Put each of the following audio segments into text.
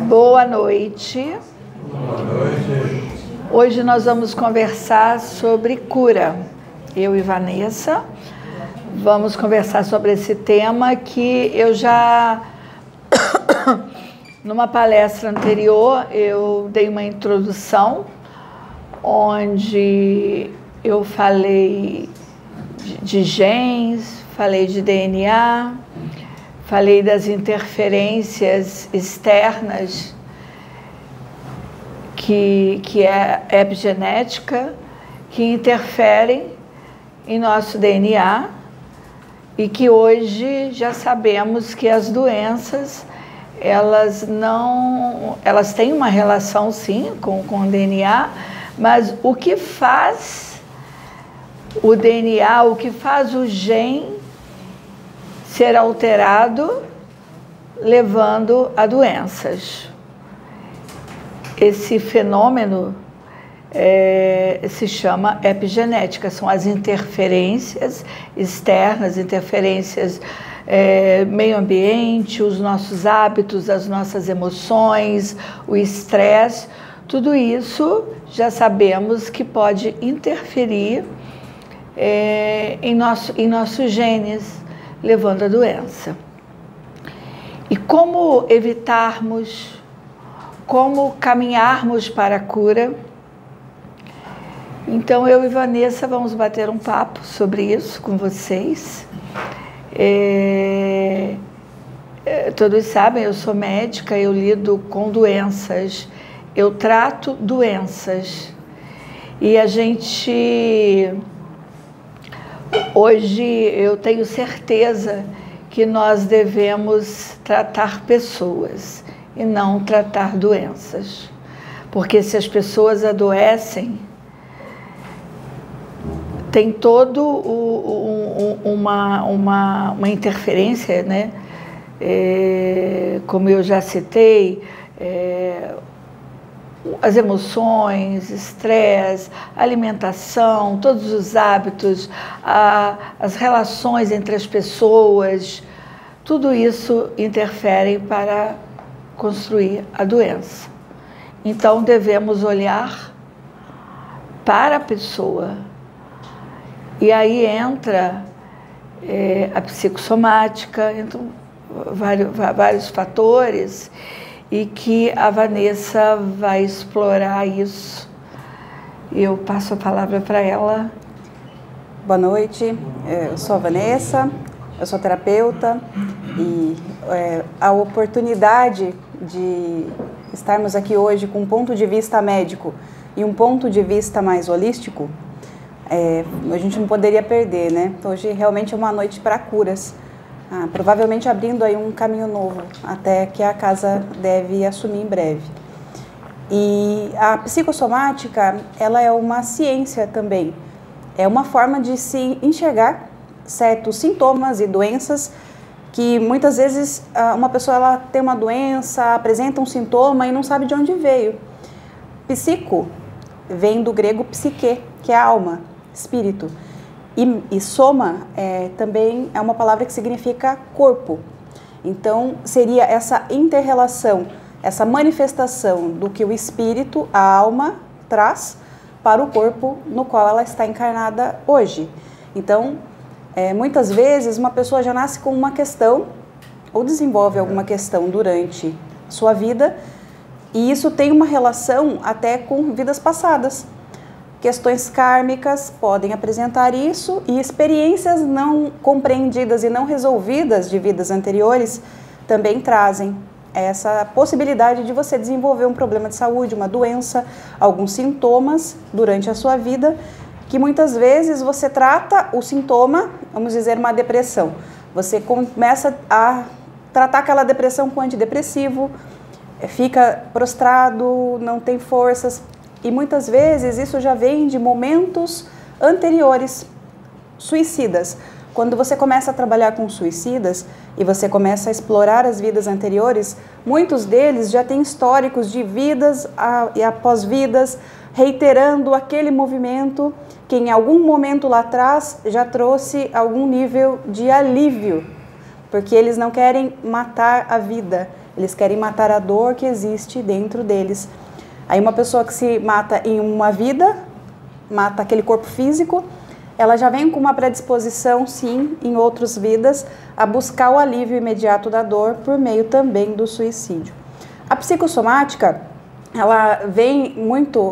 Boa noite. Boa noite. Hoje nós vamos conversar sobre cura. Eu e Vanessa vamos conversar sobre esse tema que eu já, numa palestra anterior, eu dei uma introdução onde eu falei de genes, falei de DNA, falei das interferências externas, que é epigenética, que interferem em nosso DNA e que hoje já sabemos que as doenças, elas têm uma relação sim com o DNA, mas o que faz o DNA, o que faz o gene ser alterado, levando a doenças. Esse fenômeno se chama epigenética, são as interferências externas, interferências meio ambiente, os nossos hábitos, as nossas emoções, o estresse, tudo isso já sabemos que pode interferir em nossos genes, levando a doença. E como evitarmos, como caminharmos para a cura? Então eu e Vanessa vamos bater um papo sobre isso com vocês. Todos sabem, eu sou médica, eu lido com doenças, eu trato doenças. E a gente... Hoje eu tenho certeza que nós devemos tratar pessoas e não tratar doenças. Porque se as pessoas adoecem, tem todo uma interferência, né? Como eu já citei, as emoções, estresse, alimentação, todos os hábitos, as relações entre as pessoas, tudo isso interfere para construir a doença. Então devemos olhar para a pessoa. E aí entra a psicossomática, entram vários fatores, e que a Vanessa vai explorar isso. Eu passo a palavra para ela. Boa noite, eu sou a Vanessa, eu sou terapeuta e a oportunidade de estarmos aqui hoje com um ponto de vista médico e um ponto de vista mais holístico, a gente não poderia perder, né? Hoje realmente é uma noite para curas. Provavelmente abrindo aí um caminho novo, até que a casa deve assumir em breve. E a psicossomática, ela é uma ciência também, é uma forma de se enxergar certos sintomas e doenças que muitas vezes uma pessoa ela tem uma doença, apresenta um sintoma e não sabe de onde veio. Psico vem do grego psique, que é alma, espírito. E soma também é uma palavra que significa corpo. Então, seria essa inter-relação, essa manifestação do que o espírito, a alma, traz para o corpo no qual ela está encarnada hoje. Então, muitas vezes uma pessoa já nasce com uma questão ou desenvolve alguma questão durante sua vida e isso tem uma relação até com vidas passadas. Questões kármicas podem apresentar isso e experiências não compreendidas e não resolvidas de vidas anteriores também trazem essa possibilidade de você desenvolver um problema de saúde, uma doença, alguns sintomas durante a sua vida, que muitas vezes você trata o sintoma, vamos dizer uma depressão. Você começa a tratar aquela depressão com antidepressivo, fica prostrado, não tem forças. E muitas vezes isso já vem de momentos anteriores, suicidas. Quando você começa a trabalhar com suicidas e você começa a explorar as vidas anteriores, muitos deles já têm históricos de vidas e após vidas, reiterando aquele movimento que em algum momento lá atrás já trouxe algum nível de alívio, porque eles não querem matar a vida, Eles querem matar a dor que existe dentro deles. Aí uma pessoa que se mata em uma vida, mata aquele corpo físico, ela já vem com uma predisposição, sim, em outras vidas, a buscar o alívio imediato da dor por meio também do suicídio. A psicossomática, ela vem muito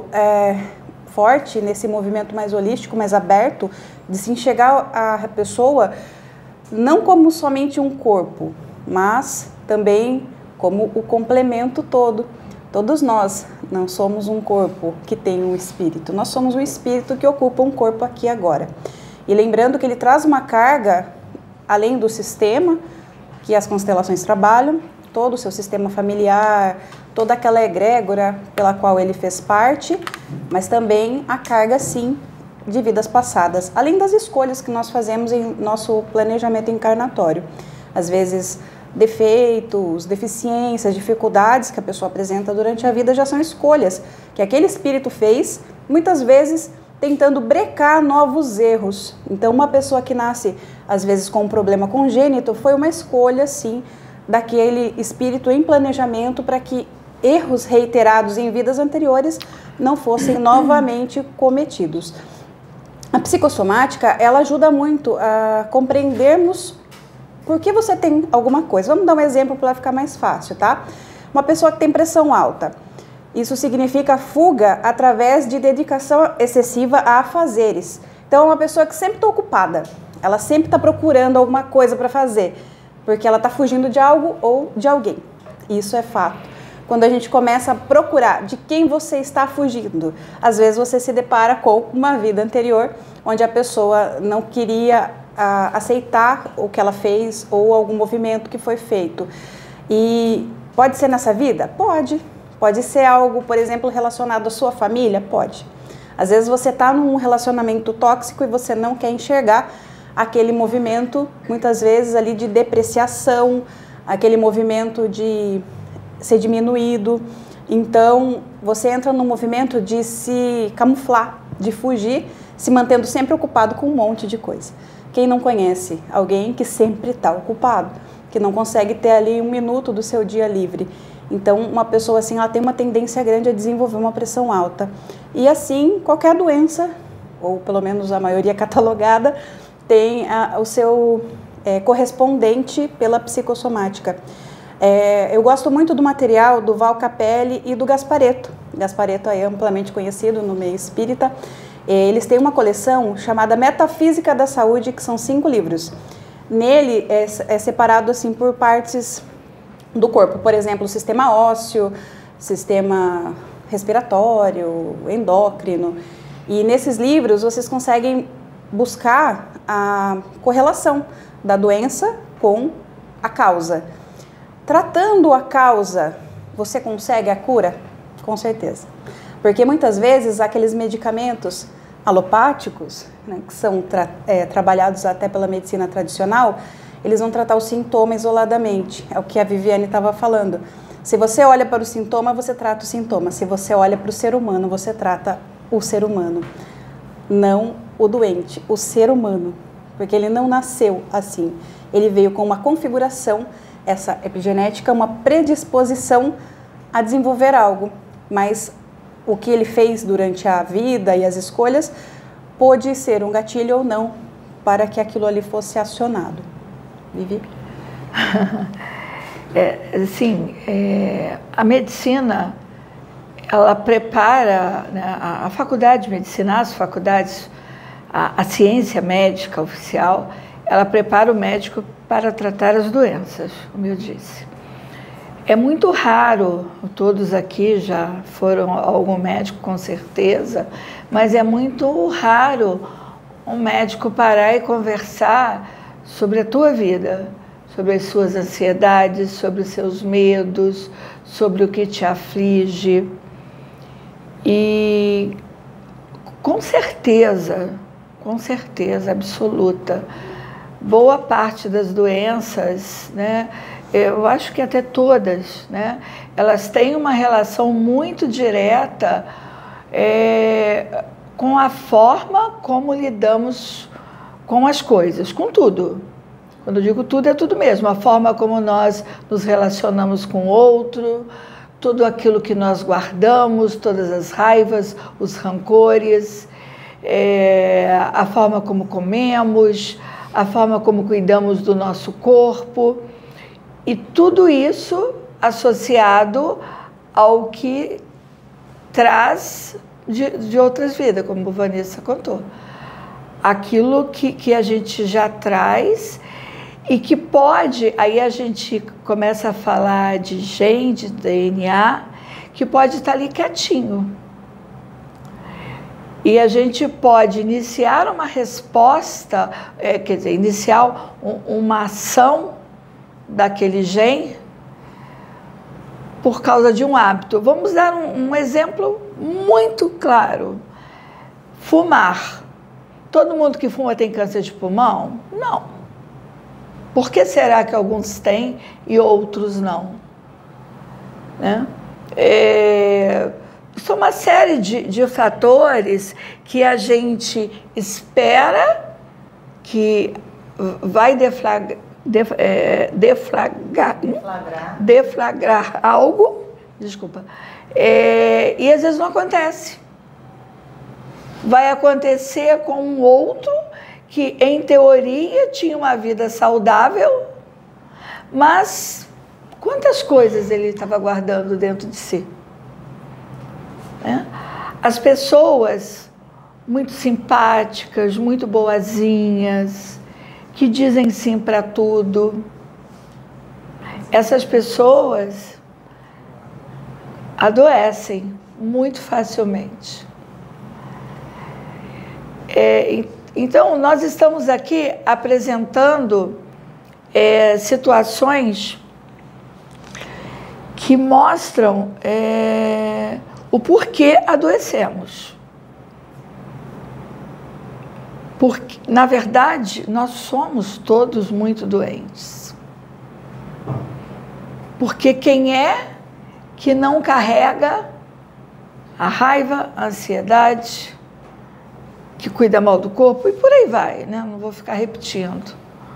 forte nesse movimento mais holístico, mais aberto, de se enxergar a pessoa não como somente um corpo, mas também como o complemento todo. Todos nós não somos um corpo que tem um espírito, nós somos um espírito que ocupa um corpo aqui e agora. E lembrando que ele traz uma carga, além do sistema que as constelações trabalham, todo o seu sistema familiar, toda aquela egrégora pela qual ele fez parte, mas também a carga, sim, de vidas passadas, além das escolhas que nós fazemos em nosso planejamento encarnatório. Às vezes, defeitos, deficiências, dificuldades que a pessoa apresenta durante a vida já são escolhas que aquele espírito fez, muitas vezes tentando brecar novos erros. Então, uma pessoa que nasce, às vezes, com um problema congênito, foi uma escolha, sim, daquele espírito em planejamento para que erros reiterados em vidas anteriores não fossem novamente cometidos. A psicossomática, ela ajuda muito a compreendermos por que você tem alguma coisa. Vamos dar um exemplo para ficar mais fácil, tá? Uma pessoa que tem pressão alta. Isso significa fuga através de dedicação excessiva a afazeres. Então, é uma pessoa que sempre está ocupada. Ela sempre está procurando alguma coisa para fazer, porque ela está fugindo de algo ou de alguém. Isso é fato. Quando a gente começa a procurar de quem você está fugindo, às vezes você se depara com uma vida anterior, onde a pessoa não queria aceitar o que ela fez ou algum movimento que foi feito. E pode ser nessa vida? Pode. Pode ser algo, por exemplo, relacionado à sua família? Pode. Às vezes você está num relacionamento tóxico e você não quer enxergar aquele movimento, muitas vezes ali de depreciação, aquele movimento de ser diminuído. Então, você entra no movimento de se camuflar, de fugir, se mantendo sempre ocupado com um monte de coisa. Quem não conhece alguém que sempre está ocupado, que não consegue ter ali um minuto do seu dia livre? Então, uma pessoa assim, ela tem uma tendência grande a desenvolver uma pressão alta. E assim, qualquer doença, ou pelo menos a maioria catalogada, tem o seu correspondente pela psicossomática. Eu gosto muito do material do Val Capelli e do Gasparetto. Gasparetto é amplamente conhecido no meio espírita. Eles têm uma coleção chamada Metafísica da Saúde, que são 5 livros. Nele é separado assim por partes do corpo, por exemplo, o sistema ósseo, sistema respiratório, endócrino. E nesses livros vocês conseguem buscar a correlação da doença com a causa. Tratando a causa, você consegue a cura? Com certeza. Porque muitas vezes aqueles medicamentos alopáticos, né, que são trabalhados até pela medicina tradicional, eles vão tratar o sintoma isoladamente. É o que a Viviane estava falando. Se você olha para o sintoma, você trata o sintoma. Se você olha para o ser humano, você trata o ser humano. Não o doente, o ser humano. Porque ele não nasceu assim. Ele veio com uma configuração, essa epigenética, uma predisposição a desenvolver algo. Mas o que ele fez durante a vida e as escolhas pôde ser um gatilho ou não para que aquilo ali fosse acionado. Vivi? A medicina, ela prepara, né, a faculdade de medicina, as faculdades, a ciência médica oficial, ela prepara o médico para tratar as doenças, como eu disse. É muito raro, todos aqui já foram a algum médico com certeza, mas é muito raro um médico parar e conversar sobre a tua vida, sobre as suas ansiedades, sobre os seus medos, sobre o que te aflige. E com certeza absoluta, boa parte das doenças, né, eu acho que até todas, né, elas têm uma relação muito direta com a forma como lidamos com as coisas, com tudo. Quando eu digo tudo, é tudo mesmo. A forma como nós nos relacionamos com o outro, tudo aquilo que nós guardamos, todas as raivas, os rancores, a forma como comemos, a forma como cuidamos do nosso corpo, e tudo isso associado ao que traz de outras vidas, como a Vanessa contou. Aquilo que a gente já traz e que pode, aí a gente começa a falar de gene, de DNA, que pode estar ali quietinho. E a gente pode iniciar uma resposta, quer dizer, iniciar uma ação daquele gene por causa de um hábito. Vamos dar um exemplo muito claro. Fumar. Todo mundo que fuma tem câncer de pulmão? Não. Por que será que alguns têm e outros não? Né? São uma série de fatores que a gente espera que vai deflagrar algo, desculpa, e às vezes não acontece. Vai acontecer com um outro que, em teoria, tinha uma vida saudável, mas quantas coisas ele estava guardando dentro de si? As pessoas muito simpáticas, muito boazinhas, que dizem sim para tudo, essas pessoas adoecem muito facilmente. Então, nós estamos aqui apresentando situações que mostram o porquê adoecemos. Porque, na verdade, nós somos todos muito doentes. Porque quem é que não carrega a raiva, a ansiedade, que cuida mal do corpo, e por aí vai, né? Não vou ficar repetindo.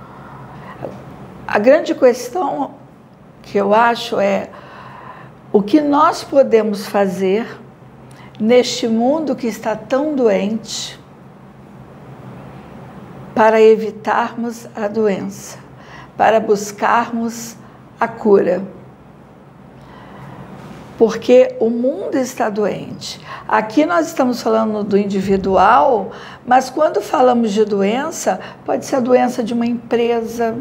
A grande questão que eu acho é o que nós podemos fazer neste mundo que está tão doente para evitarmos a doença, para buscarmos a cura. Porque o mundo está doente. Aqui nós estamos falando do individual, mas quando falamos de doença, pode ser a doença de uma empresa,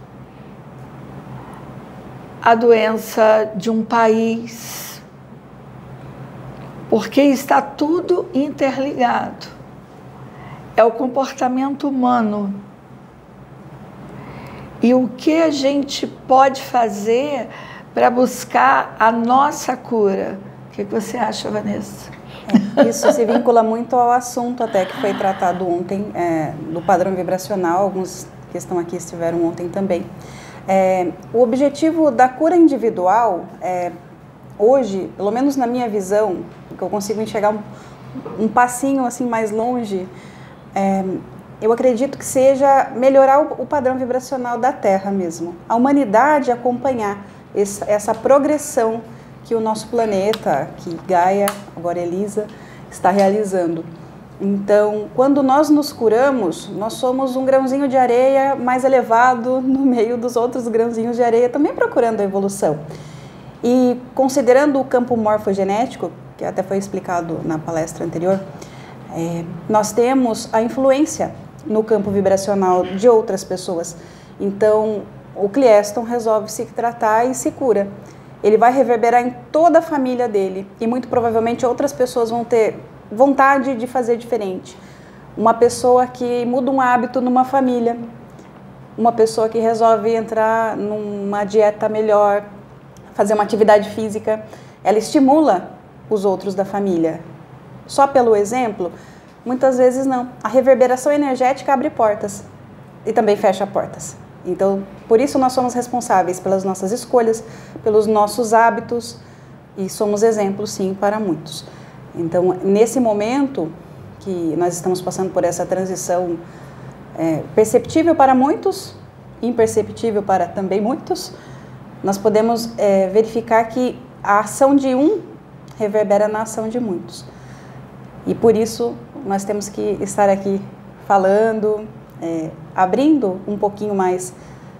a doença de um país, porque está tudo interligado. É o comportamento humano. E o que a gente pode fazer para buscar a nossa cura? O que você acha, Vanessa? Isso se vincula muito ao assunto até que foi tratado ontem, do padrão vibracional. Alguns que estão aqui estiveram ontem também. O objetivo da cura individual, hoje, pelo menos na minha visão, que eu consigo enxergar um passinho assim mais longe, eu acredito que seja melhorar o padrão vibracional da Terra mesmo. A humanidade acompanhar essa progressão que o nosso planeta, que Gaia, agora Elisa, está realizando. Então, quando nós nos curamos, nós somos um grãozinho de areia mais elevado no meio dos outros grãozinhos de areia, também procurando a evolução. E considerando o campo morfogenético, que até foi explicado na palestra anterior, nós temos a influência no campo vibracional de outras pessoas. Então, o Cleaston resolve se tratar e se cura. Ele vai reverberar em toda a família dele e muito provavelmente outras pessoas vão ter vontade de fazer diferente. Uma pessoa que muda um hábito numa família, uma pessoa que resolve entrar numa dieta melhor, fazer uma atividade física, ela estimula os outros da família. Só pelo exemplo, muitas vezes não. A reverberação energética abre portas e também fecha portas. Então, por isso nós somos responsáveis pelas nossas escolhas, pelos nossos hábitos e somos exemplos, sim, para muitos. Então, nesse momento que nós estamos passando por essa transição perceptível para muitos, imperceptível para também muitos, nós podemos verificar que a ação de um reverbera na ação de muitos. E por isso nós temos que estar aqui falando, abrindo um pouquinho mais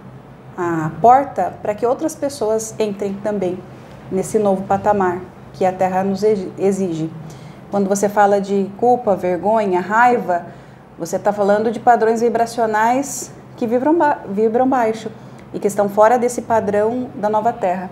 a porta para que outras pessoas entrem também nesse novo patamar que a Terra nos exige. Quando você fala de culpa, vergonha, raiva, você está falando de padrões vibracionais que vibram baixo e que estão fora desse padrão da nova Terra.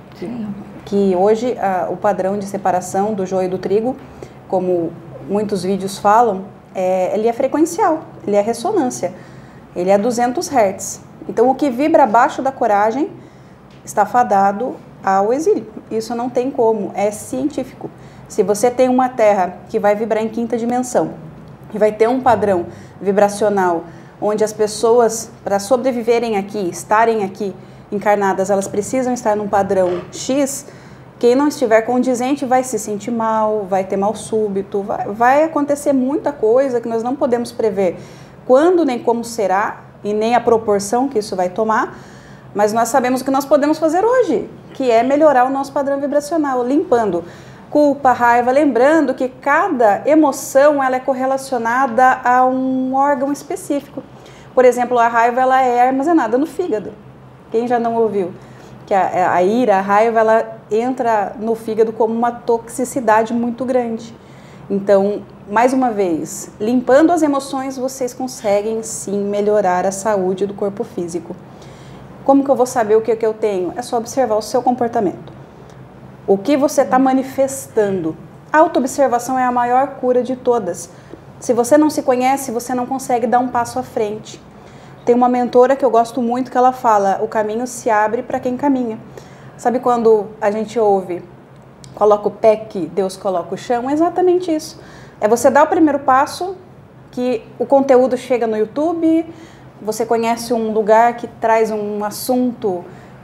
Que hoje o padrão de separação do joio e do trigo, como muitos vídeos falam, ele é frequencial, ele é ressonância, ele é 200 Hz. Então o que vibra abaixo da coragem está fadado ao exílio. Isso não tem como, é científico. Se você tem uma Terra que vai vibrar em 5ª dimensão, e vai ter um padrão vibracional onde as pessoas, para sobreviverem aqui, estarem aqui encarnadas, elas precisam estar num padrão X, quem não estiver condizente vai se sentir mal, vai ter mal súbito, vai acontecer muita coisa que nós não podemos prever quando nem como será e nem a proporção que isso vai tomar, mas nós sabemos o que nós podemos fazer hoje, que é melhorar o nosso padrão vibracional, limpando culpa, raiva, lembrando que cada emoção ela é correlacionada a um órgão específico. Por exemplo, a raiva ela é armazenada no fígado. Quem já não ouviu? Que a ira, a raiva, ela entra no fígado como uma toxicidade muito grande. Então, mais uma vez, limpando as emoções, vocês conseguem sim melhorar a saúde do corpo físico. Como que eu vou saber o que eu tenho? É só observar o seu comportamento. O que você está manifestando. A autoobservação é a maior cura de todas. Se você não se conhece, você não consegue dar um passo à frente. Tem uma mentora que eu gosto muito que ela fala, o caminho se abre para quem caminha. Sabe quando a gente ouve, coloca o pé que Deus coloca o chão? É exatamente isso. É você dar o primeiro passo, que o conteúdo chega no YouTube, você conhece um lugar que traz um assunto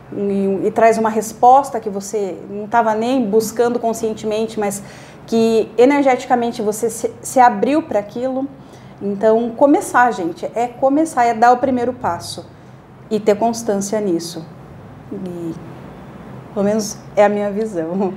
e traz uma resposta que você não estava nem buscando conscientemente, mas que energeticamente você se abriu para aquilo. Então, começar, gente, é começar, é dar o primeiro passo e ter constância nisso. E, pelo menos, é a minha visão.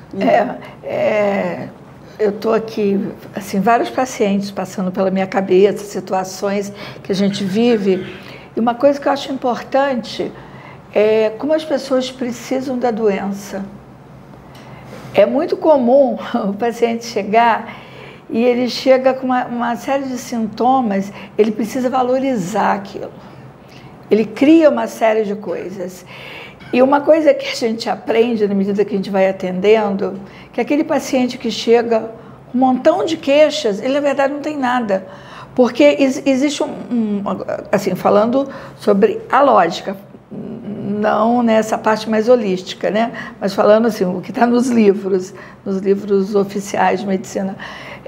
Eu estou aqui, assim, vários pacientes passando pela minha cabeça, situações que a gente vive. E uma coisa que eu acho importante é como as pessoas precisam da doença. É muito comum o paciente chegar e ele chega com uma série de sintomas, ele precisa valorizar aquilo. Ele cria uma série de coisas. E uma coisa que a gente aprende na medida que a gente vai atendendo, que aquele paciente que chega com um montão de queixas, ele na verdade não tem nada. Porque existe assim, falando sobre a lógica, não nessa parte mais holística, né? Mas falando assim, o que está nos livros oficiais de medicina.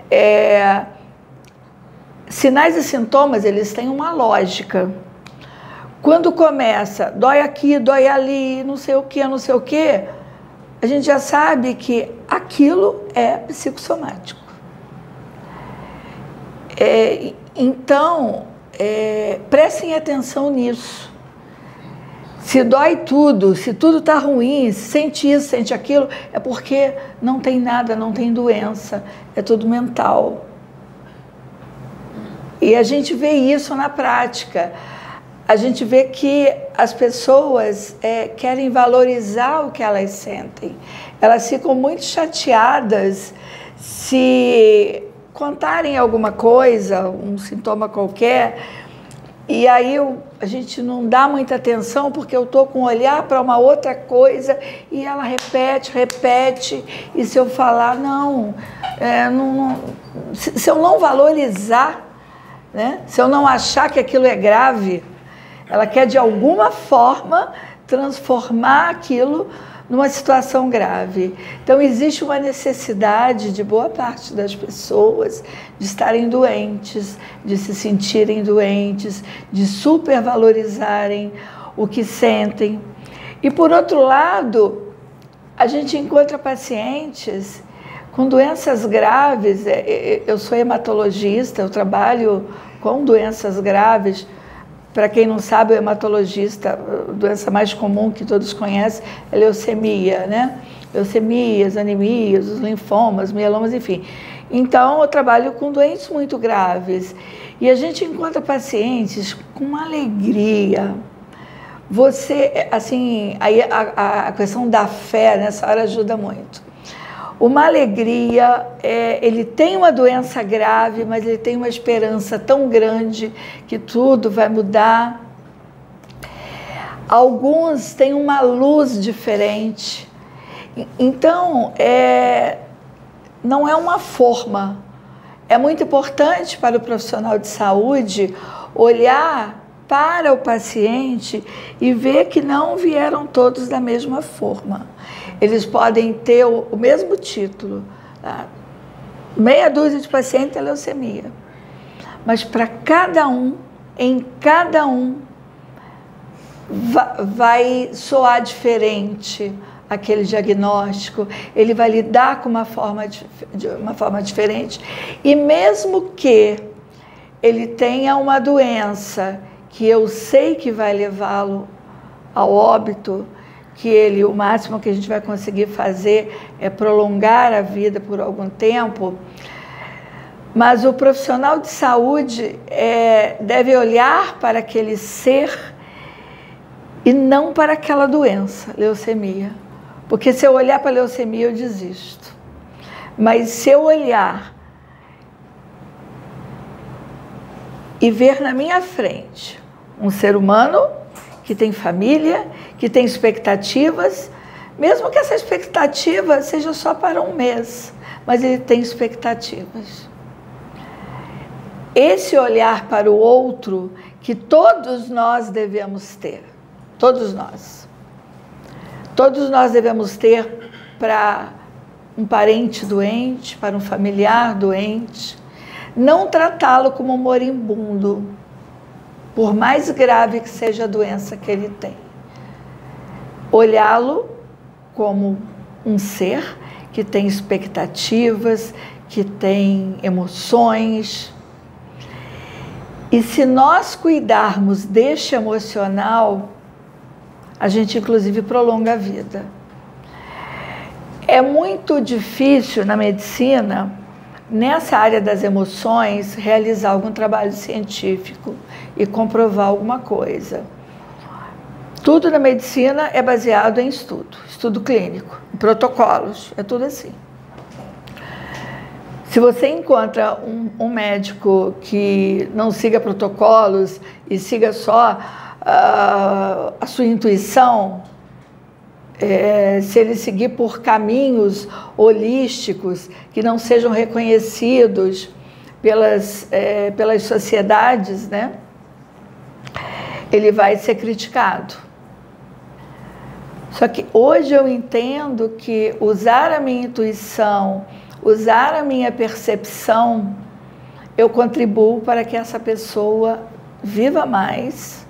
Sinais e sintomas, eles têm uma lógica. Quando começa, dói aqui, dói ali, não sei o que, a gente já sabe que aquilo é psicossomático. Então, prestem atenção nisso. Se dói tudo, se tudo está ruim, se sente isso, sente aquilo, é porque não tem nada, não tem doença, é tudo mental. E a gente vê isso na prática. A gente vê que as pessoas querem valorizar o que elas sentem. Elas ficam muito chateadas se contarem alguma coisa, um sintoma qualquer, e aí a gente não dá muita atenção porque eu estou com um olhar para uma outra coisa e ela repete, e se eu falar, se eu não valorizar, né, se eu não achar que aquilo é grave, ela quer de alguma forma transformar aquilo numa situação grave. Então existe uma necessidade de boa parte das pessoas de estarem doentes, de se sentirem doentes, de supervalorizarem o que sentem. E por outro lado, a gente encontra pacientes com doenças graves. Eu sou hematologista, eu trabalho com doenças graves para quem não sabe, o hematologista, a doença mais comum que todos conhecem é leucemia, né? Leucemias, anemias, os linfomas, mielomas, enfim. Então, eu trabalho com doentes muito graves e a gente encontra pacientes com uma alegria. Você, assim, aí a questão da fé nessa hora ajuda muito. Uma alegria, ele tem uma doença grave, mas ele tem uma esperança tão grande que tudo vai mudar. Alguns têm uma luz diferente. Então, não é uma forma. É muito importante para o profissional de saúde olhar para o paciente e ver que não vieram todos da mesma forma. Eles podem ter o mesmo título, tá? Meia dúzia de pacientes é leucemia. Mas para cada um, em cada um, vai soar diferente aquele diagnóstico, ele vai lidar com de uma forma diferente. E mesmo que ele tenha uma doença que eu sei que vai levá-lo ao óbito, que o máximo que a gente vai conseguir fazer é prolongar a vida por algum tempo, mas o profissional de saúde deve olhar para aquele ser e não para aquela doença, leucemia. Porque se eu olhar para a leucemia, eu desisto. Mas se eu olhar e ver na minha frente um ser humano que tem família, que tem expectativas, mesmo que essa expectativa seja só para um mês, mas ele tem expectativas. Esse olhar para o outro que todos nós devemos ter, todos nós. Todos nós devemos ter para um parente doente, para um familiar doente, não tratá-lo como um moribundo, por mais grave que seja a doença que ele tem. Olhá-lo como um ser que tem expectativas, que tem emoções. E se nós cuidarmos deste emocional, a gente inclusive prolonga a vida. É muito difícil na medicina, nessa área das emoções, realizar algum trabalho científico e comprovar alguma coisa. Tudo na medicina é baseado em estudo clínico, em protocolos, é tudo assim. Se você encontra um médico que não siga protocolos e siga só a sua intuição, se ele seguir por caminhos holísticos que não sejam reconhecidos pelas sociedades, né, ele vai ser criticado. Só que hoje eu entendo que usar a minha intuição, usar a minha percepção, eu contribuo para que essa pessoa viva mais,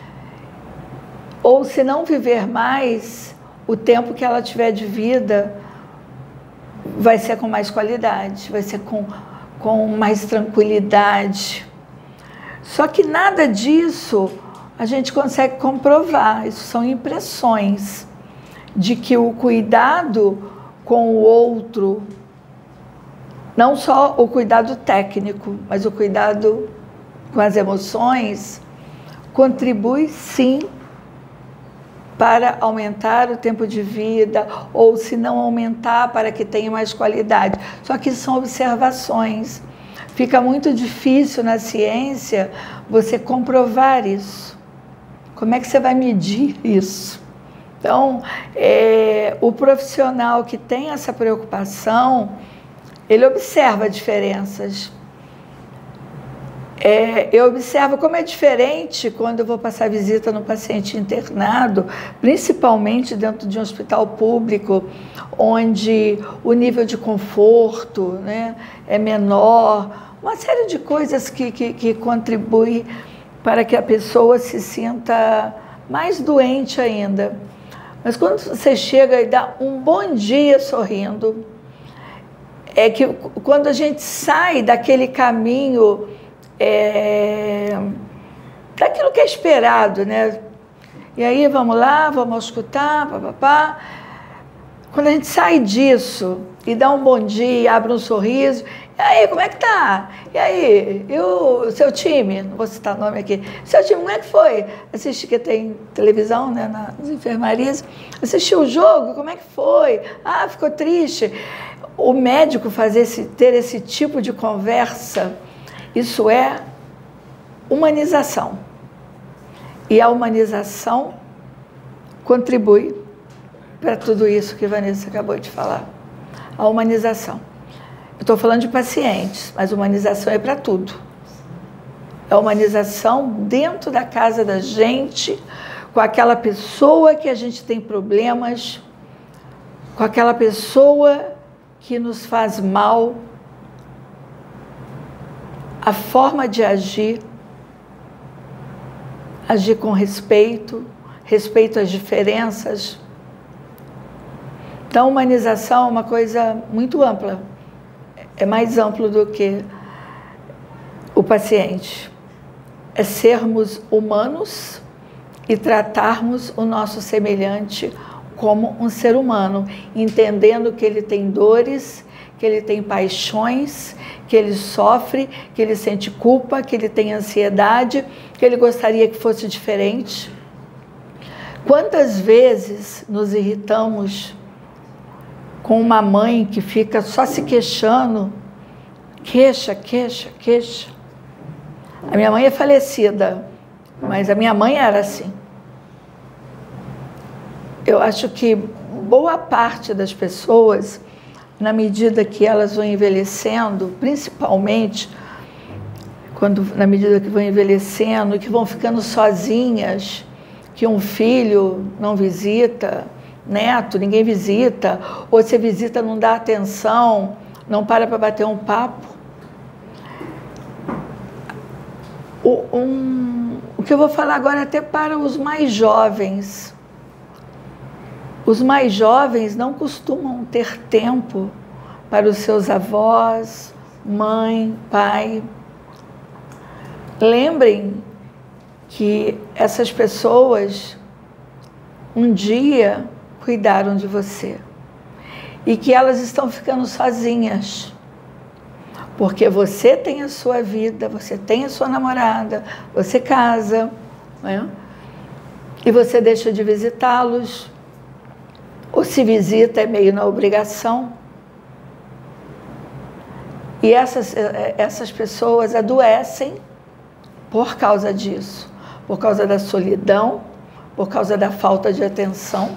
ou se não viver mais, o tempo que ela tiver de vida vai ser com mais qualidade, vai ser com mais tranquilidade. Só que nada disso a gente consegue comprovar, isso são impressões de que o cuidado com o outro, não só o cuidado técnico, mas o cuidado com as emoções, contribui sim para aumentar o tempo de vida, ou se não aumentar, para que tenha mais qualidade. Só que são observações. Fica muito difícil na ciência você comprovar isso. Como é que você vai medir isso? Então, o profissional que tem essa preocupação, ele observa diferenças. Eu observo como é diferente quando eu vou passar visita no paciente internado, principalmente dentro de um hospital público, onde o nível de conforto, né, é menor, uma série de coisas que contribuem para que a pessoa se sinta mais doente ainda. Mas quando você chega e dá um bom dia sorrindo, é que quando a gente sai daquele caminho daquilo que é esperado, né? E aí, vamos lá, vamos escutar, papapá. Quando a gente sai disso e dá um bom dia, abre um sorriso, e aí, como é que tá? E aí, e o seu time? Não vou citar o nome aqui. Seu time, como é que foi? Assisti, que tem televisão, né, nas enfermarias. Assistiu o jogo, como é que foi? Ah, ficou triste. O médico ter esse tipo de conversa, isso é humanização. E a humanização contribui para tudo isso que a Vanessa acabou de falar. A humanização. Eu estou falando de pacientes, mas humanização é para tudo. É a humanização dentro da casa da gente, com aquela pessoa que a gente tem problemas, com aquela pessoa que nos faz mal, a forma de agir com respeito às diferenças. Então, humanização é uma coisa muito ampla, é mais amplo do que o paciente. É sermos humanos e tratarmos o nosso semelhante como um ser humano, entendendo que ele tem dores, que ele tem paixões, que ele sofre, que ele sente culpa, que ele tem ansiedade, que ele gostaria que fosse diferente. Quantas vezes nos irritamos com uma mãe que fica só se queixando, queixa. A minha mãe é falecida, mas a minha mãe era assim. Eu acho que boa parte das pessoas, na medida que elas vão envelhecendo, principalmente na medida que vão envelhecendo e que vão ficando sozinhas, que um filho não visita, neto, ninguém visita, ou se visita não dá atenção, não para bater um papo. O que eu vou falar agora é até para os mais jovens. Os mais jovens não costumam ter tempo para os seus avós, mãe, pai. Lembrem que essas pessoas um dia cuidaram de você e que elas estão ficando sozinhas, porque você tem a sua vida, você tem a sua namorada, você casa, né? E você deixa de visitá-los, ou se visita é meio na obrigação. E essas pessoas adoecem por causa disso, por causa da solidão, por causa da falta de atenção.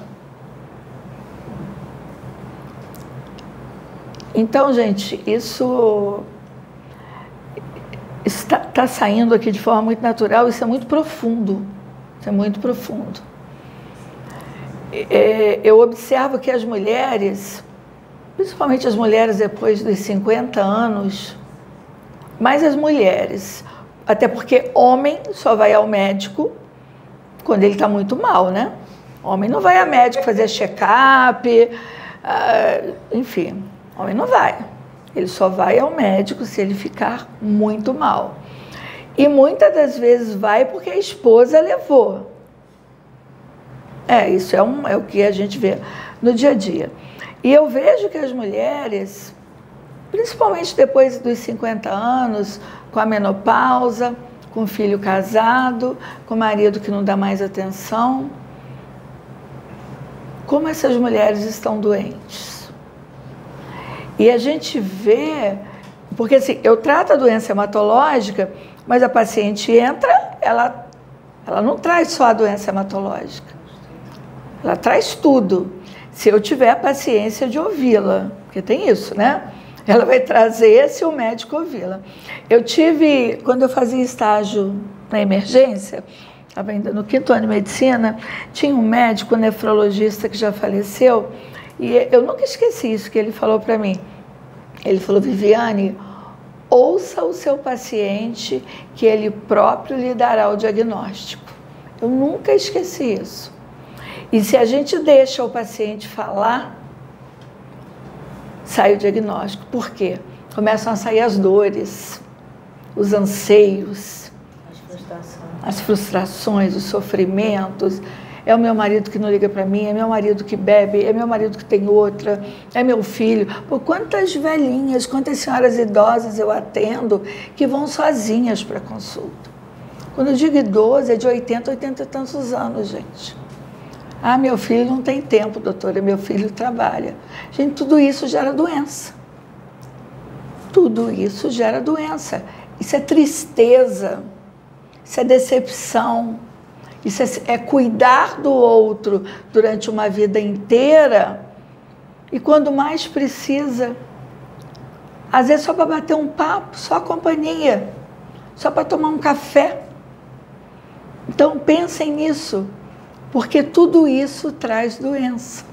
Então, gente, isso está saindo aqui de forma muito natural, isso é muito profundo, isso é muito profundo. Eu observo que as mulheres, principalmente as mulheres depois dos 50 anos, mais as mulheres, até porque homem só vai ao médico quando ele está muito mal, né? Homem não vai ao médico fazer check-up, enfim, homem não vai. Ele só vai ao médico se ele ficar muito mal. E muitas das vezes vai porque a esposa levou. Isso é o que a gente vê no dia a dia. E eu vejo que as mulheres, principalmente depois dos 50 anos, com a menopausa, com o filho casado, com o marido que não dá mais atenção, como essas mulheres estão doentes. E a gente vê, porque assim, eu trato a doença hematológica, mas a paciente entra, ela não traz só a doença hematológica. Ela traz tudo, se eu tiver a paciência de ouvi-la, porque tem isso, né? Ela vai trazer se o médico ouvi-la. Eu tive, quando eu fazia estágio na emergência, estava ainda no 5º ano de medicina, tinha um médico nefrologista que já faleceu, e eu nunca esqueci isso que ele falou para mim. Ele falou: Viviane, ouça o seu paciente que ele próprio lhe dará o diagnóstico. Eu nunca esqueci isso. E se a gente deixa o paciente falar, sai o diagnóstico. Por quê? Começam a sair as dores, os anseios. as frustrações, os sofrimentos. É o meu marido que não liga para mim, é meu marido que bebe, é meu marido que tem outra, é meu filho. Por quantas velhinhas, quantas senhoras idosas eu atendo que vão sozinhas para consulta. Quando eu digo idoso, é de 80 e tantos anos, gente. Ah, meu filho não tem tempo, doutora, meu filho trabalha. Gente, tudo isso gera doença. Tudo isso gera doença. Isso é tristeza, isso é decepção, isso é cuidar do outro durante uma vida inteira e quando mais precisa, às vezes só para bater um papo, só a companhia, só para tomar um café. Então pensem nisso, porque tudo isso traz doença.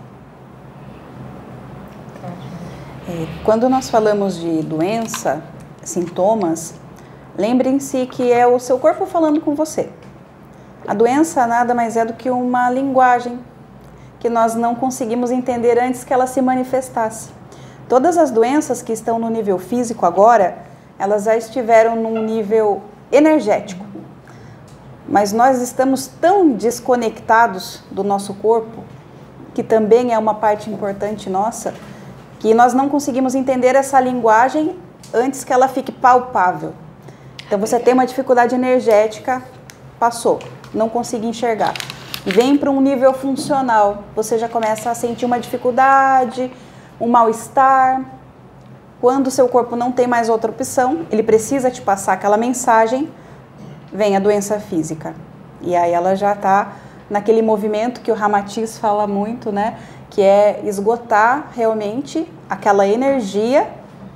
Quando nós falamos de doença, sintomas, lembrem-se que é o seu corpo falando com você. A doença nada mais é do que uma linguagem que nós não conseguimos entender antes que ela se manifestasse. Todas as doenças que estão no nível físico agora, elas já estiveram num nível energético. Mas nós estamos tão desconectados do nosso corpo, que também é uma parte importante nossa, que nós não conseguimos entender essa linguagem antes que ela fique palpável. Então você tem uma dificuldade energética, passou, não consegui enxergar. Vem para um nível funcional, você já começa a sentir uma dificuldade, um mal-estar. Quando o seu corpo não tem mais outra opção, ele precisa te passar aquela mensagem, vem a doença física. E aí ela já está naquele movimento que o Ramatiz fala muito, né? Que é esgotar realmente aquela energia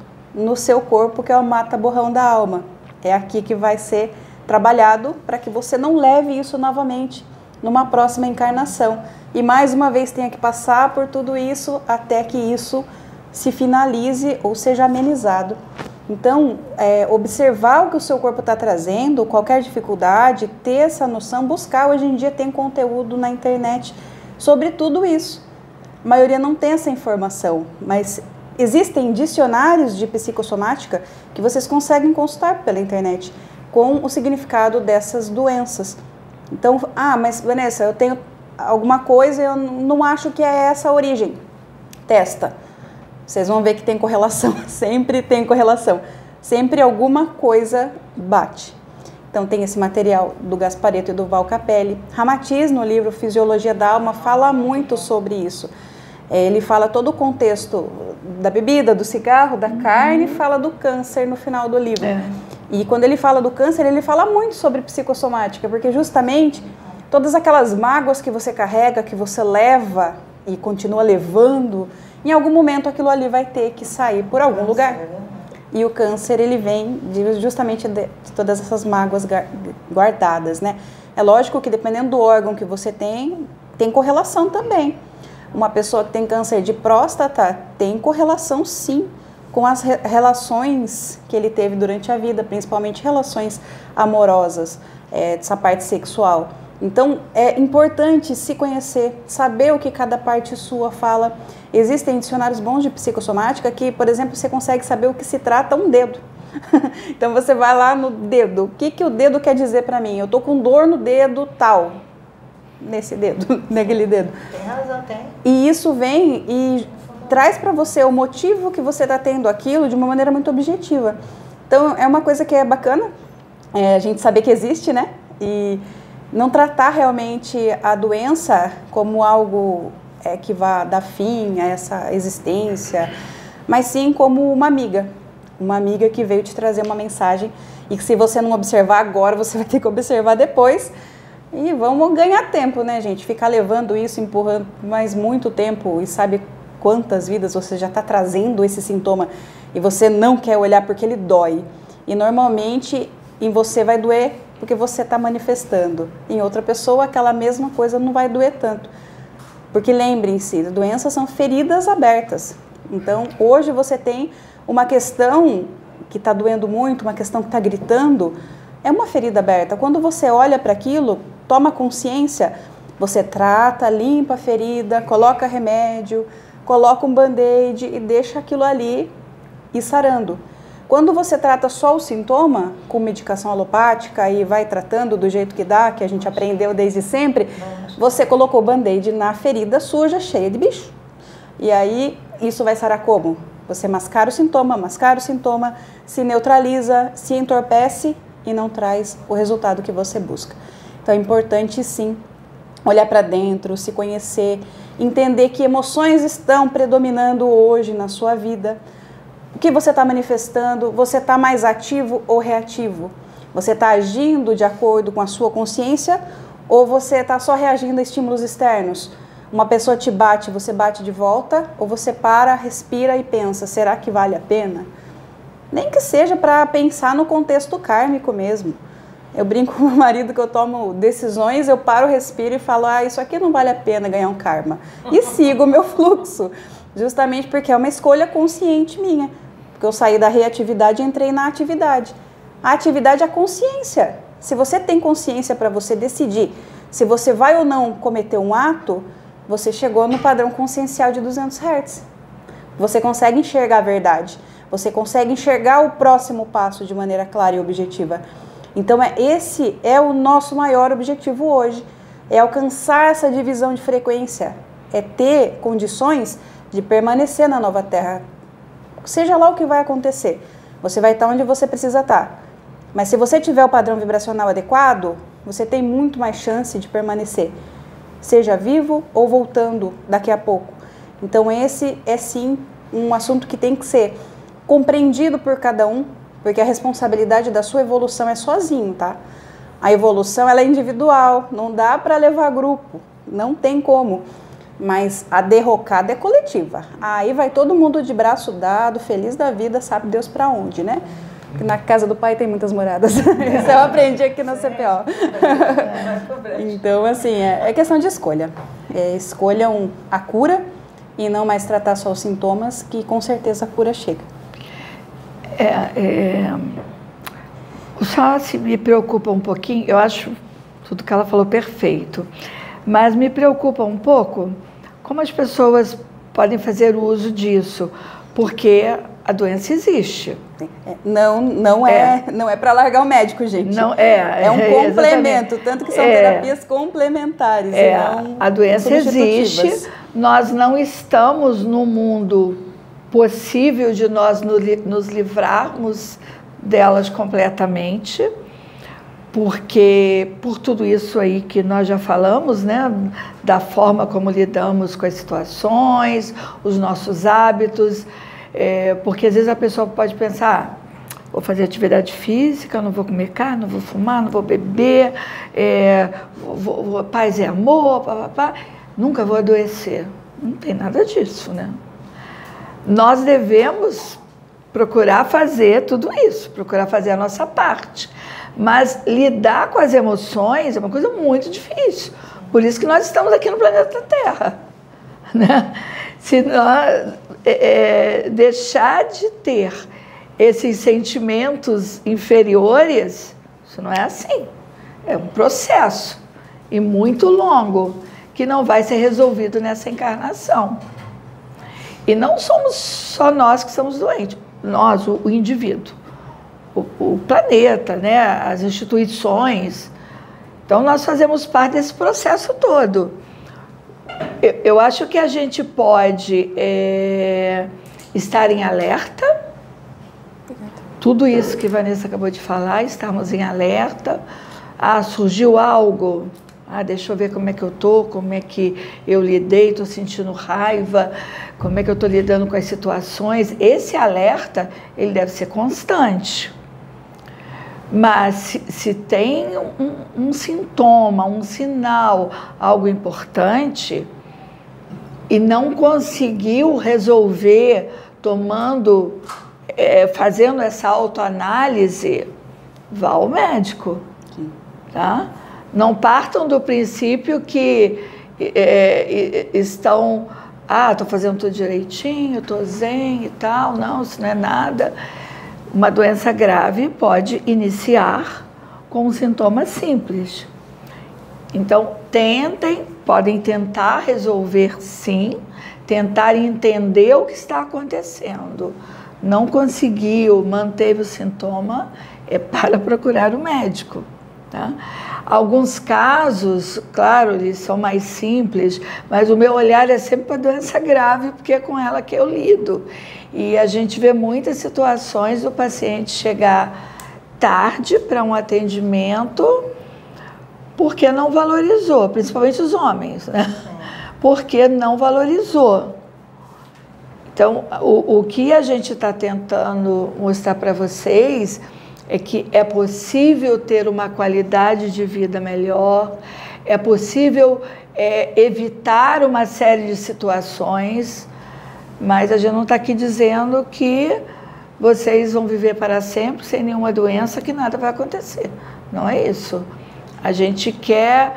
no seu corpo, que é o mata-borrão da alma. É aqui que vai ser trabalhado para que você não leve isso novamente numa próxima encarnação. E mais uma vez tenha que passar por tudo isso até que isso se finalize ou seja amenizado. Então, observar o que o seu corpo está trazendo, qualquer dificuldade, ter essa noção, buscar. Hoje em dia tem conteúdo na internet sobre tudo isso. A maioria não tem essa informação, mas existem dicionários de psicossomática que vocês conseguem consultar pela internet com o significado dessas doenças. Então, mas Vanessa, eu tenho alguma coisa e eu não acho que é essa a origem. Testa. Vocês vão ver que tem correlação, sempre tem correlação. Sempre alguma coisa bate. Então tem esse material do Gasparetto e do Val Capelli. Ramatiz, no livro Fisiologia da Alma, fala muito sobre isso. Ele fala todo o contexto da bebida, do cigarro, da carne, fala do câncer no final do livro. E quando ele fala do câncer, ele fala muito sobre psicossomática, porque justamente todas aquelas mágoas que você carrega, que você leva e continua levando, em algum momento aquilo ali vai ter que sair por algum lugar. E o câncer, ele vem justamente de todas essas mágoas guardadas, né? É lógico que dependendo do órgão que você tem correlação também. Uma pessoa que tem câncer de próstata tem correlação sim com as relações que ele teve durante a vida, principalmente relações amorosas, dessa parte sexual. Então é importante se conhecer, saber o que cada parte sua fala. Existem dicionários bons de psicossomática que, por exemplo, você consegue saber o que se trata um dedo. Então você vai lá no dedo, o que o dedo quer dizer para mim? Eu tô com dor no dedo tal. Nesse dedo, naquele dedo. Tem razão, tem. E isso vem e traz para você o motivo que você está tendo aquilo de uma maneira muito objetiva. Então, é uma coisa que é bacana, a gente saber que existe, né? E não tratar realmente a doença como algo que vá dar fim a essa existência, mas sim como uma amiga que veio te trazer uma mensagem e que se você não observar agora, você vai ter que observar depois. E vamos ganhar tempo, né, gente? Ficar levando isso, empurrando mais muito tempo e sabe quantas vidas você já está trazendo esse sintoma e você não quer olhar porque ele dói. E normalmente em você vai doer porque você está manifestando. Em outra pessoa aquela mesma coisa não vai doer tanto. Porque lembrem-se, doenças são feridas abertas. Então hoje você tem uma questão que está doendo muito, uma questão que está gritando, é uma ferida aberta. Quando você olha para aquilo, toma consciência, você trata, limpa a ferida, coloca remédio, coloca um band-aid e deixa aquilo ali ir sarando. Quando você trata só o sintoma, com medicação alopática e vai tratando do jeito que dá, que a gente aprendeu desde sempre, você colocou o band-aid na ferida suja, cheia de bicho. E aí, isso vai sarar como? Você mascara o sintoma, se neutraliza, se entorpece e não traz o resultado que você busca. Então é importante sim olhar para dentro, se conhecer, entender que emoções estão predominando hoje na sua vida. O que você está manifestando? Você está mais ativo ou reativo? Você está agindo de acordo com a sua consciência ou você está só reagindo a estímulos externos? Uma pessoa te bate, você bate de volta, ou você para, respira e pensa, será que vale a pena? Nem que seja para pensar no contexto kármico mesmo. Eu brinco com o meu marido que eu tomo decisões, eu paro, respiro e falo, isso aqui não vale a pena ganhar um karma. E sigo o meu fluxo, justamente porque é uma escolha consciente minha. Porque eu saí da reatividade e entrei na atividade. A atividade é a consciência. Se você tem consciência para você decidir se você vai ou não cometer um ato, você chegou no padrão consciencial de 200 Hz. Você consegue enxergar a verdade. Você consegue enxergar o próximo passo de maneira clara e objetiva. Então, esse é o nosso maior objetivo hoje. É alcançar essa divisão de frequência. É ter condições de permanecer na nova Terra. Seja lá o que vai acontecer. Você vai estar onde você precisa estar. Mas se você tiver o padrão vibracional adequado, você tem muito mais chance de permanecer. Seja vivo ou voltando daqui a pouco. Então esse é sim um assunto que tem que ser compreendido por cada um, porque a responsabilidade da sua evolução é sozinho, tá? A evolução ela é individual, não dá para levar grupo, não tem como. Mas a derrocada é coletiva. Aí vai todo mundo de braço dado, feliz da vida, sabe Deus para onde, né? Porque na casa do pai tem muitas moradas. Isso eu aprendi aqui na CPO. Então, assim, é questão de escolha. Escolham a cura e não mais tratar só os sintomas, que com certeza a cura chega. Só se me preocupa um pouquinho, eu acho tudo que ela falou perfeito, mas me preocupa um pouco como as pessoas podem fazer uso disso, porque a doença existe. Não é para largar o médico, gente. Não é um complemento, tanto que são terapias complementares. A doença existe, nós não estamos no mundo possível de nós nos livrarmos delas completamente, porque por tudo isso aí que nós já falamos, né, da forma como lidamos com as situações, os nossos hábitos, porque às vezes a pessoa pode pensar, vou fazer atividade física, não vou comer carne, não vou fumar, não vou beber, paz e amor, nunca vou adoecer. Não tem nada disso, né? Nós devemos procurar fazer tudo isso, procurar fazer a nossa parte. Mas lidar com as emoções é uma coisa muito difícil. Por isso que nós estamos aqui no planeta Terra, né? Se nós deixar de ter esses sentimentos inferiores, isso não é assim. É um processo e muito longo que não vai ser resolvido nessa encarnação. E não somos só nós que somos doentes, nós, o indivíduo, o planeta, né? As instituições. Então, nós fazemos parte desse processo todo. Eu acho que a gente pode estar em alerta, tudo isso que a Vanessa acabou de falar, estarmos em alerta. Surgiu algo, deixa eu ver como é que eu estou, como é que eu lidei, estou sentindo raiva, como é que eu estou lidando com as situações. Esse alerta, ele deve ser constante. Mas se tem um sintoma, um sinal, algo importante, e não conseguiu resolver fazendo essa autoanálise, vá ao médico, tá? Não partam do princípio que estão, estou fazendo tudo direitinho, estou zen e tal. Não, isso não é nada. Uma doença grave pode iniciar com um sintoma simples. Então, podem tentar resolver sim, tentar entender o que está acontecendo. Não conseguiu, manteve o sintoma, é para procurar o médico. Tá? Alguns casos, claro, eles são mais simples, mas o meu olhar é sempre para a doença grave, porque é com ela que eu lido. E a gente vê muitas situações do paciente chegar tarde para um atendimento porque não valorizou, principalmente os homens, né? Porque não valorizou. Então, o que a gente está tentando mostrar para vocês é que é possível ter uma qualidade de vida melhor, é possível evitar uma série de situações, mas a gente não está aqui dizendo que vocês vão viver para sempre sem nenhuma doença, que nada vai acontecer. Não é isso. A gente quer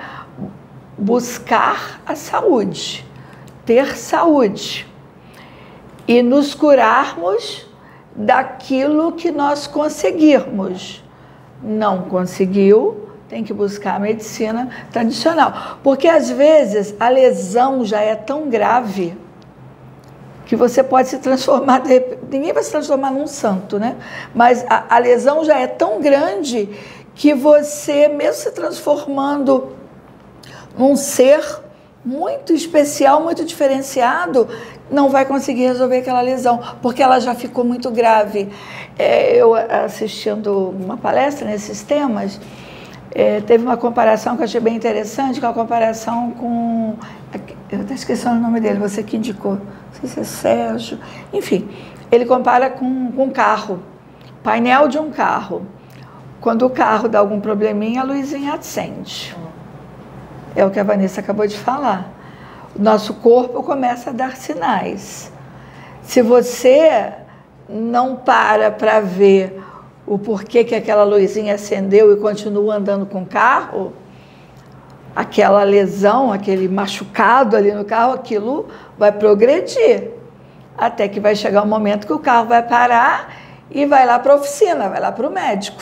buscar a saúde, ter saúde e nos curarmos daquilo que nós conseguirmos. Não conseguiu, tem que buscar a medicina tradicional. Porque às vezes a lesão já é tão grave que você pode se transformar, ninguém vai se transformar num santo, né? Mas a lesão já é tão grande que você, mesmo se transformando num ser muito especial, muito diferenciado, não vai conseguir resolver aquela lesão, porque ela já ficou muito grave. Eu assistindo uma palestra nesses temas, teve uma comparação que eu achei bem interessante, que é a comparação com... Eu até esqueci o nome dele, você que indicou, não sei se é Sérgio, enfim, ele compara com um carro, painel de um carro. Quando o carro dá algum probleminha, a luzinha acende. É o que a Vanessa acabou de falar. O nosso corpo começa a dar sinais. Se você não para ver o porquê que aquela luzinha acendeu e continua andando com o carro, aquela lesão, aquele machucado ali no carro, aquilo vai progredir. Até que vai chegar um momento que o carro vai parar e vai lá para a oficina, vai lá para o médico.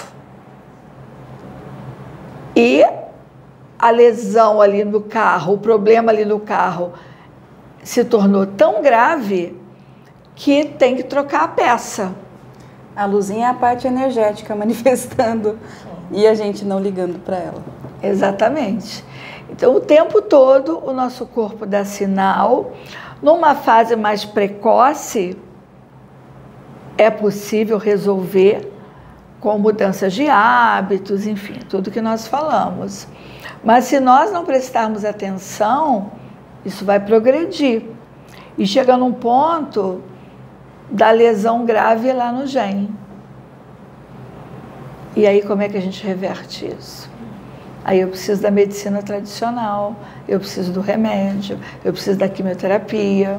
E a lesão ali no carro, o problema ali no carro se tornou tão grave que tem que trocar a peça. A luzinha é a parte energética manifestando e a gente não ligando para ela. Exatamente. Então, o tempo todo, o nosso corpo dá sinal. Numa fase mais precoce, é possível resolver com mudanças de hábitos, enfim, tudo que nós falamos. Mas se nós não prestarmos atenção, isso vai progredir. E chega num ponto da lesão grave lá no gene. E aí como é que a gente reverte isso? Aí eu preciso da medicina tradicional, eu preciso do remédio, eu preciso da quimioterapia.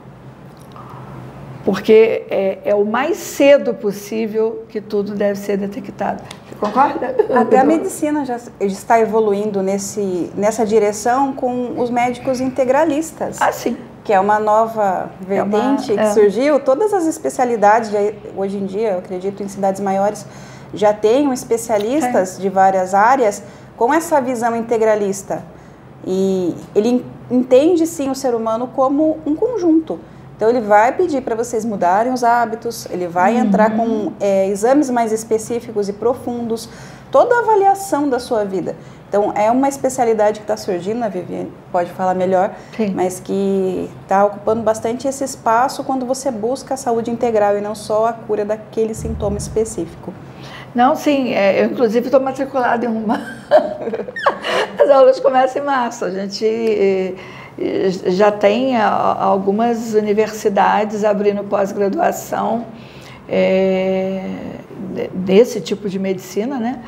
Porque é o mais cedo possível que tudo deve ser detectado. Você concorda? Até a medicina já está evoluindo nessa direção com os médicos integralistas. Ah, sim. Que é uma nova vertente que surgiu. Todas as especialidades, hoje em dia, eu acredito, em cidades maiores, já tem especialistas de várias áreas com essa visão integralista. E ele entende, sim, o ser humano como um conjunto. Então, ele vai pedir para vocês mudarem os hábitos, ele vai entrar com exames mais específicos e profundos, toda a avaliação da sua vida. Então, é uma especialidade que está surgindo, a Viviane pode falar melhor, mas que está ocupando bastante esse espaço quando você busca a saúde integral e não só a cura daquele sintoma específico. Não, sim, eu inclusive estou matriculada em uma. As aulas começam em março, a gente já tem algumas universidades abrindo pós-graduação desse tipo de medicina, né?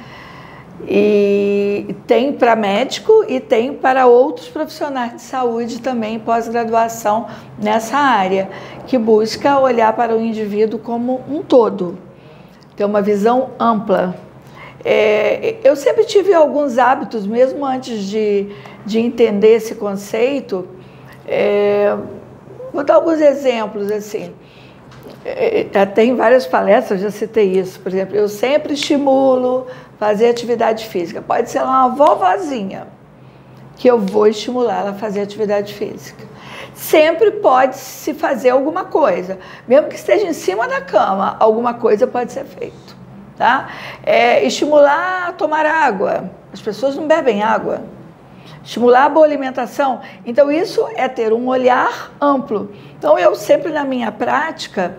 E tem para médico e tem para outros profissionais de saúde também pós-graduação nessa área, que busca olhar para o indivíduo como um todo, ter uma visão ampla. Eu sempre tive alguns hábitos, mesmo antes de entender esse conceito. Vou dar alguns exemplos, assim. Tem várias palestras, já citei isso. Por exemplo, eu sempre estimulo fazer atividade física. Pode ser uma vovozinha que eu vou estimulá-la a fazer atividade física. Sempre pode se fazer alguma coisa, mesmo que esteja em cima da cama, alguma coisa pode ser feito, tá? Estimular a tomar água, as pessoas não bebem água. Estimular a boa alimentação, então isso é ter um olhar amplo. Então eu sempre na minha prática,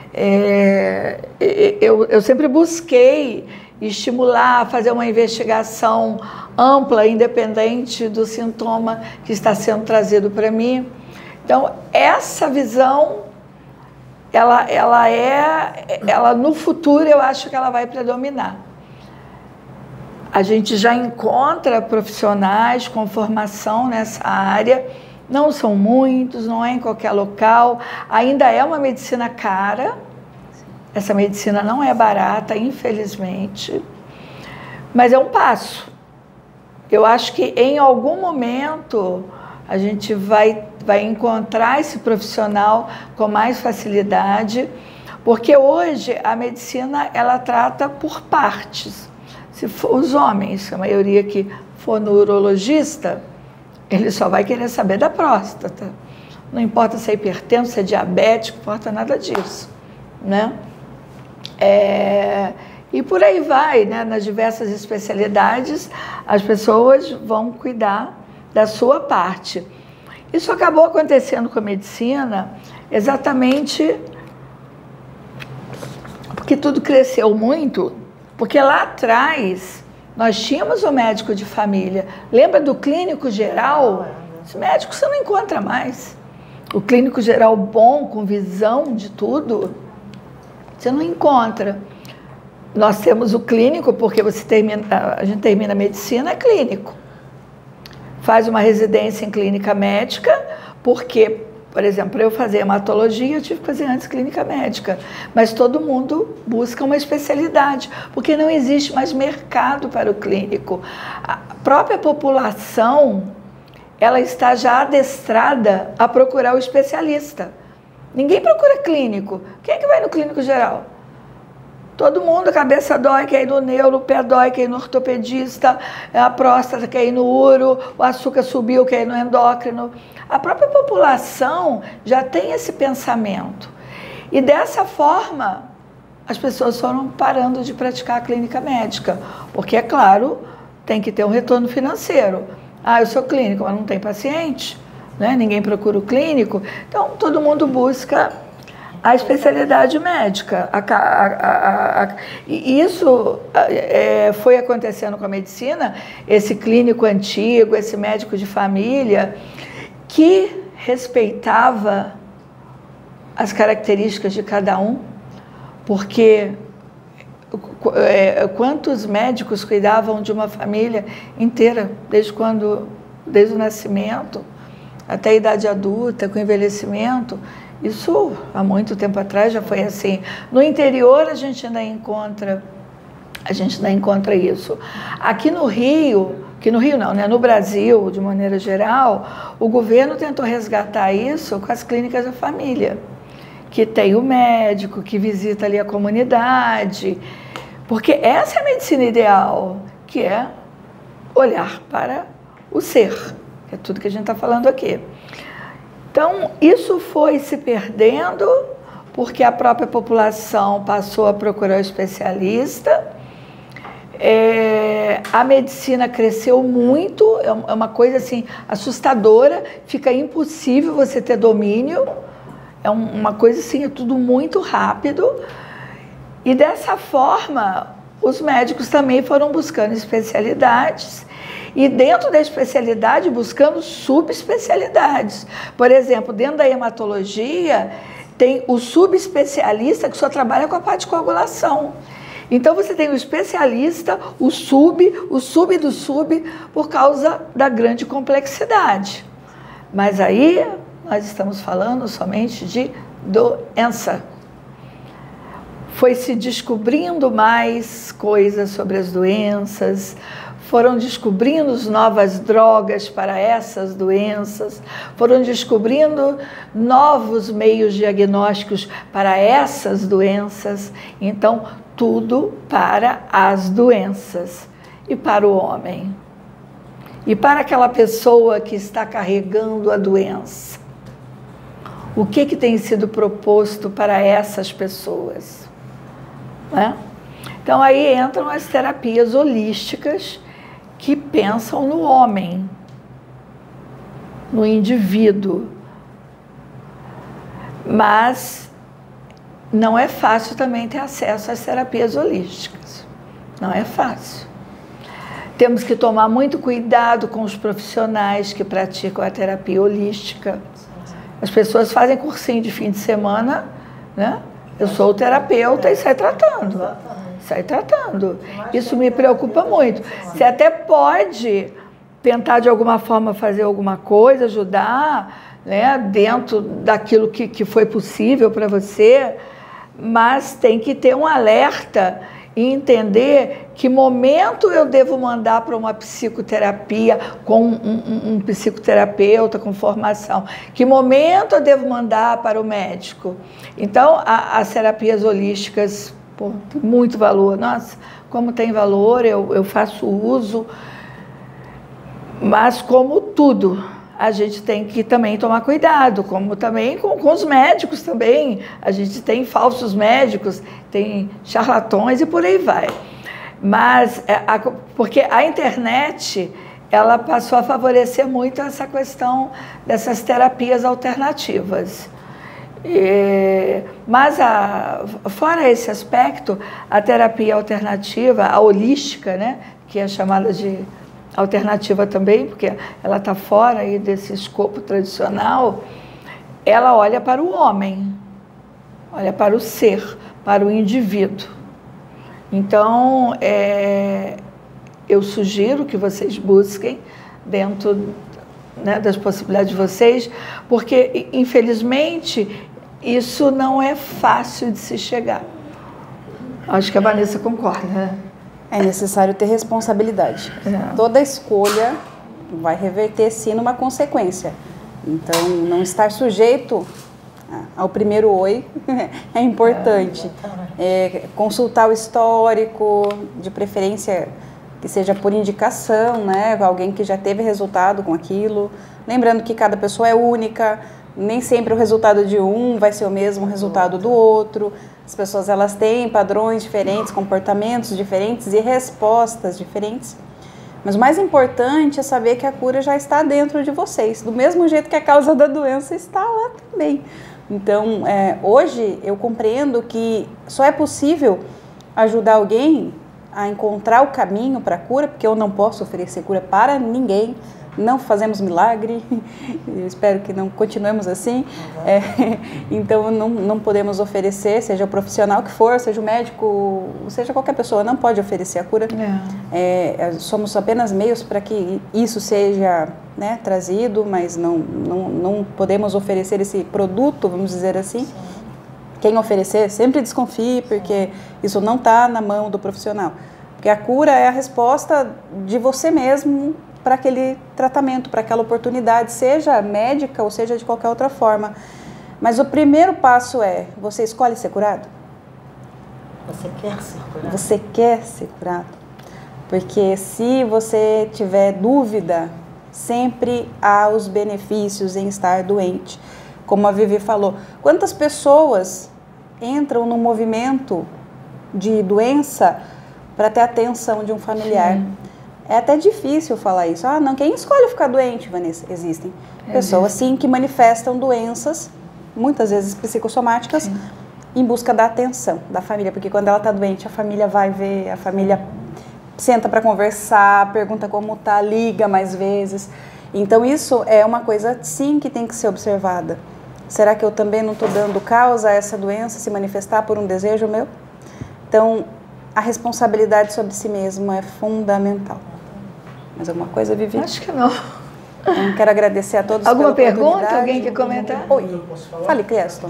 eu sempre busquei estimular, fazer uma investigação ampla, independente do sintoma que está sendo trazido para mim. Então, essa visão, ela no futuro, eu acho que ela vai predominar. A gente já encontra profissionais com formação nessa área, não são muitos, não é em qualquer local, ainda é uma medicina cara, essa medicina não é barata, infelizmente, mas é um passo. Eu acho que em algum momento a gente vai encontrar esse profissional com mais facilidade, porque hoje a medicina ela trata por partes. Se for os homens, a maioria que for no urologista, ele só vai querer saber da próstata. Não importa se é hipertenso, se é diabético, não importa nada disso, né? E por aí vai, né? Nas diversas especialidades, as pessoas vão cuidar da sua parte. Isso acabou acontecendo com a medicina exatamente porque tudo cresceu muito, porque lá atrás nós tínhamos o médico de família. Lembra do clínico geral? Esse médico você não encontra mais. O clínico geral bom, com visão de tudo, você não encontra. Nós temos o clínico, porque a gente termina a medicina, é clínico. Faz uma residência em clínica médica, porque, por exemplo, para eu fazer hematologia, eu tive que fazer antes clínica médica. Mas todo mundo busca uma especialidade, porque não existe mais mercado para o clínico. A própria população, ela está já adestrada a procurar o especialista. Ninguém procura clínico. Quem é que vai no clínico geral? Todo mundo, a cabeça dói, quer ir no neuro, o pé dói, quer ir no ortopedista, a próstata quer ir no uro, o açúcar subiu, quer ir no endócrino. A própria população já tem esse pensamento. E dessa forma, as pessoas foram parando de praticar a clínica médica. Porque, é claro, tem que ter um retorno financeiro. Ah, eu sou clínico, mas não tem paciente, né? Ninguém procura o clínico. Então, todo mundo busca a especialidade médica. E isso foi acontecendo com a medicina, esse clínico antigo, esse médico de família, que respeitava as características de cada um, porque quantos médicos cuidavam de uma família inteira, desde o nascimento até a idade adulta, com envelhecimento. Isso, há muito tempo atrás, já foi assim. No interior, a gente ainda encontra isso. Aqui no Rio não, né? No Brasil, de maneira geral, o governo tentou resgatar isso com as clínicas da família, que tem o médico, que visita ali a comunidade, porque essa é a medicina ideal, que é olhar para o ser, que é tudo que a gente está falando aqui. Então, isso foi se perdendo, porque a própria população passou a procurar o especialista. A medicina cresceu muito, é uma coisa assim assustadora, fica impossível você ter domínio, é uma coisa assim, é tudo muito rápido. E dessa forma, os médicos também foram buscando especialidades, e dentro da especialidade buscando subespecialidades. Por exemplo, dentro da hematologia, tem o subespecialista que só trabalha com a parte de coagulação. Então você tem o especialista, o sub do sub, por causa da grande complexidade. Mas aí nós estamos falando somente de doença. Foi se descobrindo mais coisas sobre as doenças, foram descobrindo novas drogas para essas doenças, foram descobrindo novos meios diagnósticos para essas doenças. Então, tudo para as doenças e para o homem. E para aquela pessoa que está carregando a doença, o que tem sido proposto para essas pessoas? Né? Então, aí entram as terapias holísticas que pensam no homem, no indivíduo. Mas não é fácil também ter acesso às terapias holísticas. Não é fácil. Temos que tomar muito cuidado com os profissionais que praticam a terapia holística. As pessoas fazem cursinho de fim de semana, né? Eu sou o terapeuta e sai tratando. Sai tratando. Isso me preocupa muito. Você até pode tentar de alguma forma fazer alguma coisa, ajudar, né, dentro daquilo que foi possível para você, mas tem que ter um alerta e entender que momento eu devo mandar para uma psicoterapia com um psicoterapeuta com formação, que momento eu devo mandar para o médico. Então, as terapias holísticas, pô, tem muito valor. Nossa, como tem valor, eu faço uso, mas como tudo, a gente tem que também tomar cuidado, como também com os médicos também. A gente tem falsos médicos, tem charlatões e por aí vai. Mas, porque a internet, ela passou a favorecer muito essa questão dessas terapias alternativas. Mas, fora esse aspecto, a terapia alternativa, a holística, né, que é chamada de alternativa também, porque ela está fora aí desse escopo tradicional, ela olha para o homem, olha para o ser, para o indivíduo. Então, eu sugiro que vocês busquem dentro, né, das possibilidades de vocês, porque, infelizmente, isso não é fácil de se chegar. Acho que a Vanessa concorda, né? É necessário ter responsabilidade. Toda escolha vai reverter, sim, numa consequência. Então, não estar sujeito ao primeiro oi é importante. Consultar o histórico, de preferência que seja por indicação, né? Alguém que já teve resultado com aquilo. Lembrando que cada pessoa é única, nem sempre o resultado de um vai ser o mesmo resultado do outro. As pessoas, elas têm padrões diferentes, comportamentos diferentes e respostas diferentes. Mas o mais importante é saber que a cura já está dentro de vocês, do mesmo jeito que a causa da doença está lá também. Então, hoje eu compreendo que só é possível ajudar alguém a encontrar o caminho para a cura, porque eu não posso oferecer cura para ninguém. Não fazemos milagre, eu espero que não continuemos assim, então não podemos oferecer, seja o profissional que for, seja o médico, seja qualquer pessoa, não pode oferecer a cura. Somos apenas meios para que isso seja, né, trazido, mas não podemos oferecer esse produto, vamos dizer assim. Sim. Quem oferecer, sempre desconfie, porque isso não está na mão do profissional, porque a cura é a resposta de você mesmo para aquele tratamento, para aquela oportunidade, seja médica ou seja de qualquer outra forma. Mas o primeiro passo é, você escolhe ser curado? Você quer ser curado? Você quer ser curado? Porque se você tiver dúvida, sempre há os benefícios em estar doente. Como a Vivi falou, quantas pessoas entram no movimento de doença para ter a atenção de um familiar? Sim. É até difícil falar isso. Não, quem escolhe ficar doente, Vanessa? Existem pessoas, sim, que manifestam doenças, muitas vezes psicossomáticas, sim, em busca da atenção da família. Porque quando ela está doente, a família vai ver, a família senta para conversar, pergunta como tá, liga mais vezes. Então, isso é uma coisa, sim, que tem que ser observada. Será que eu também não estou dando causa a essa doença se manifestar por um desejo meu? Então, a responsabilidade sobre si mesmo é fundamental. Mais alguma coisa, Vivi? Acho que não. Então, quero agradecer a todos. Alguma pergunta? Alguém quer comentar? Oi. Fale, Cleston.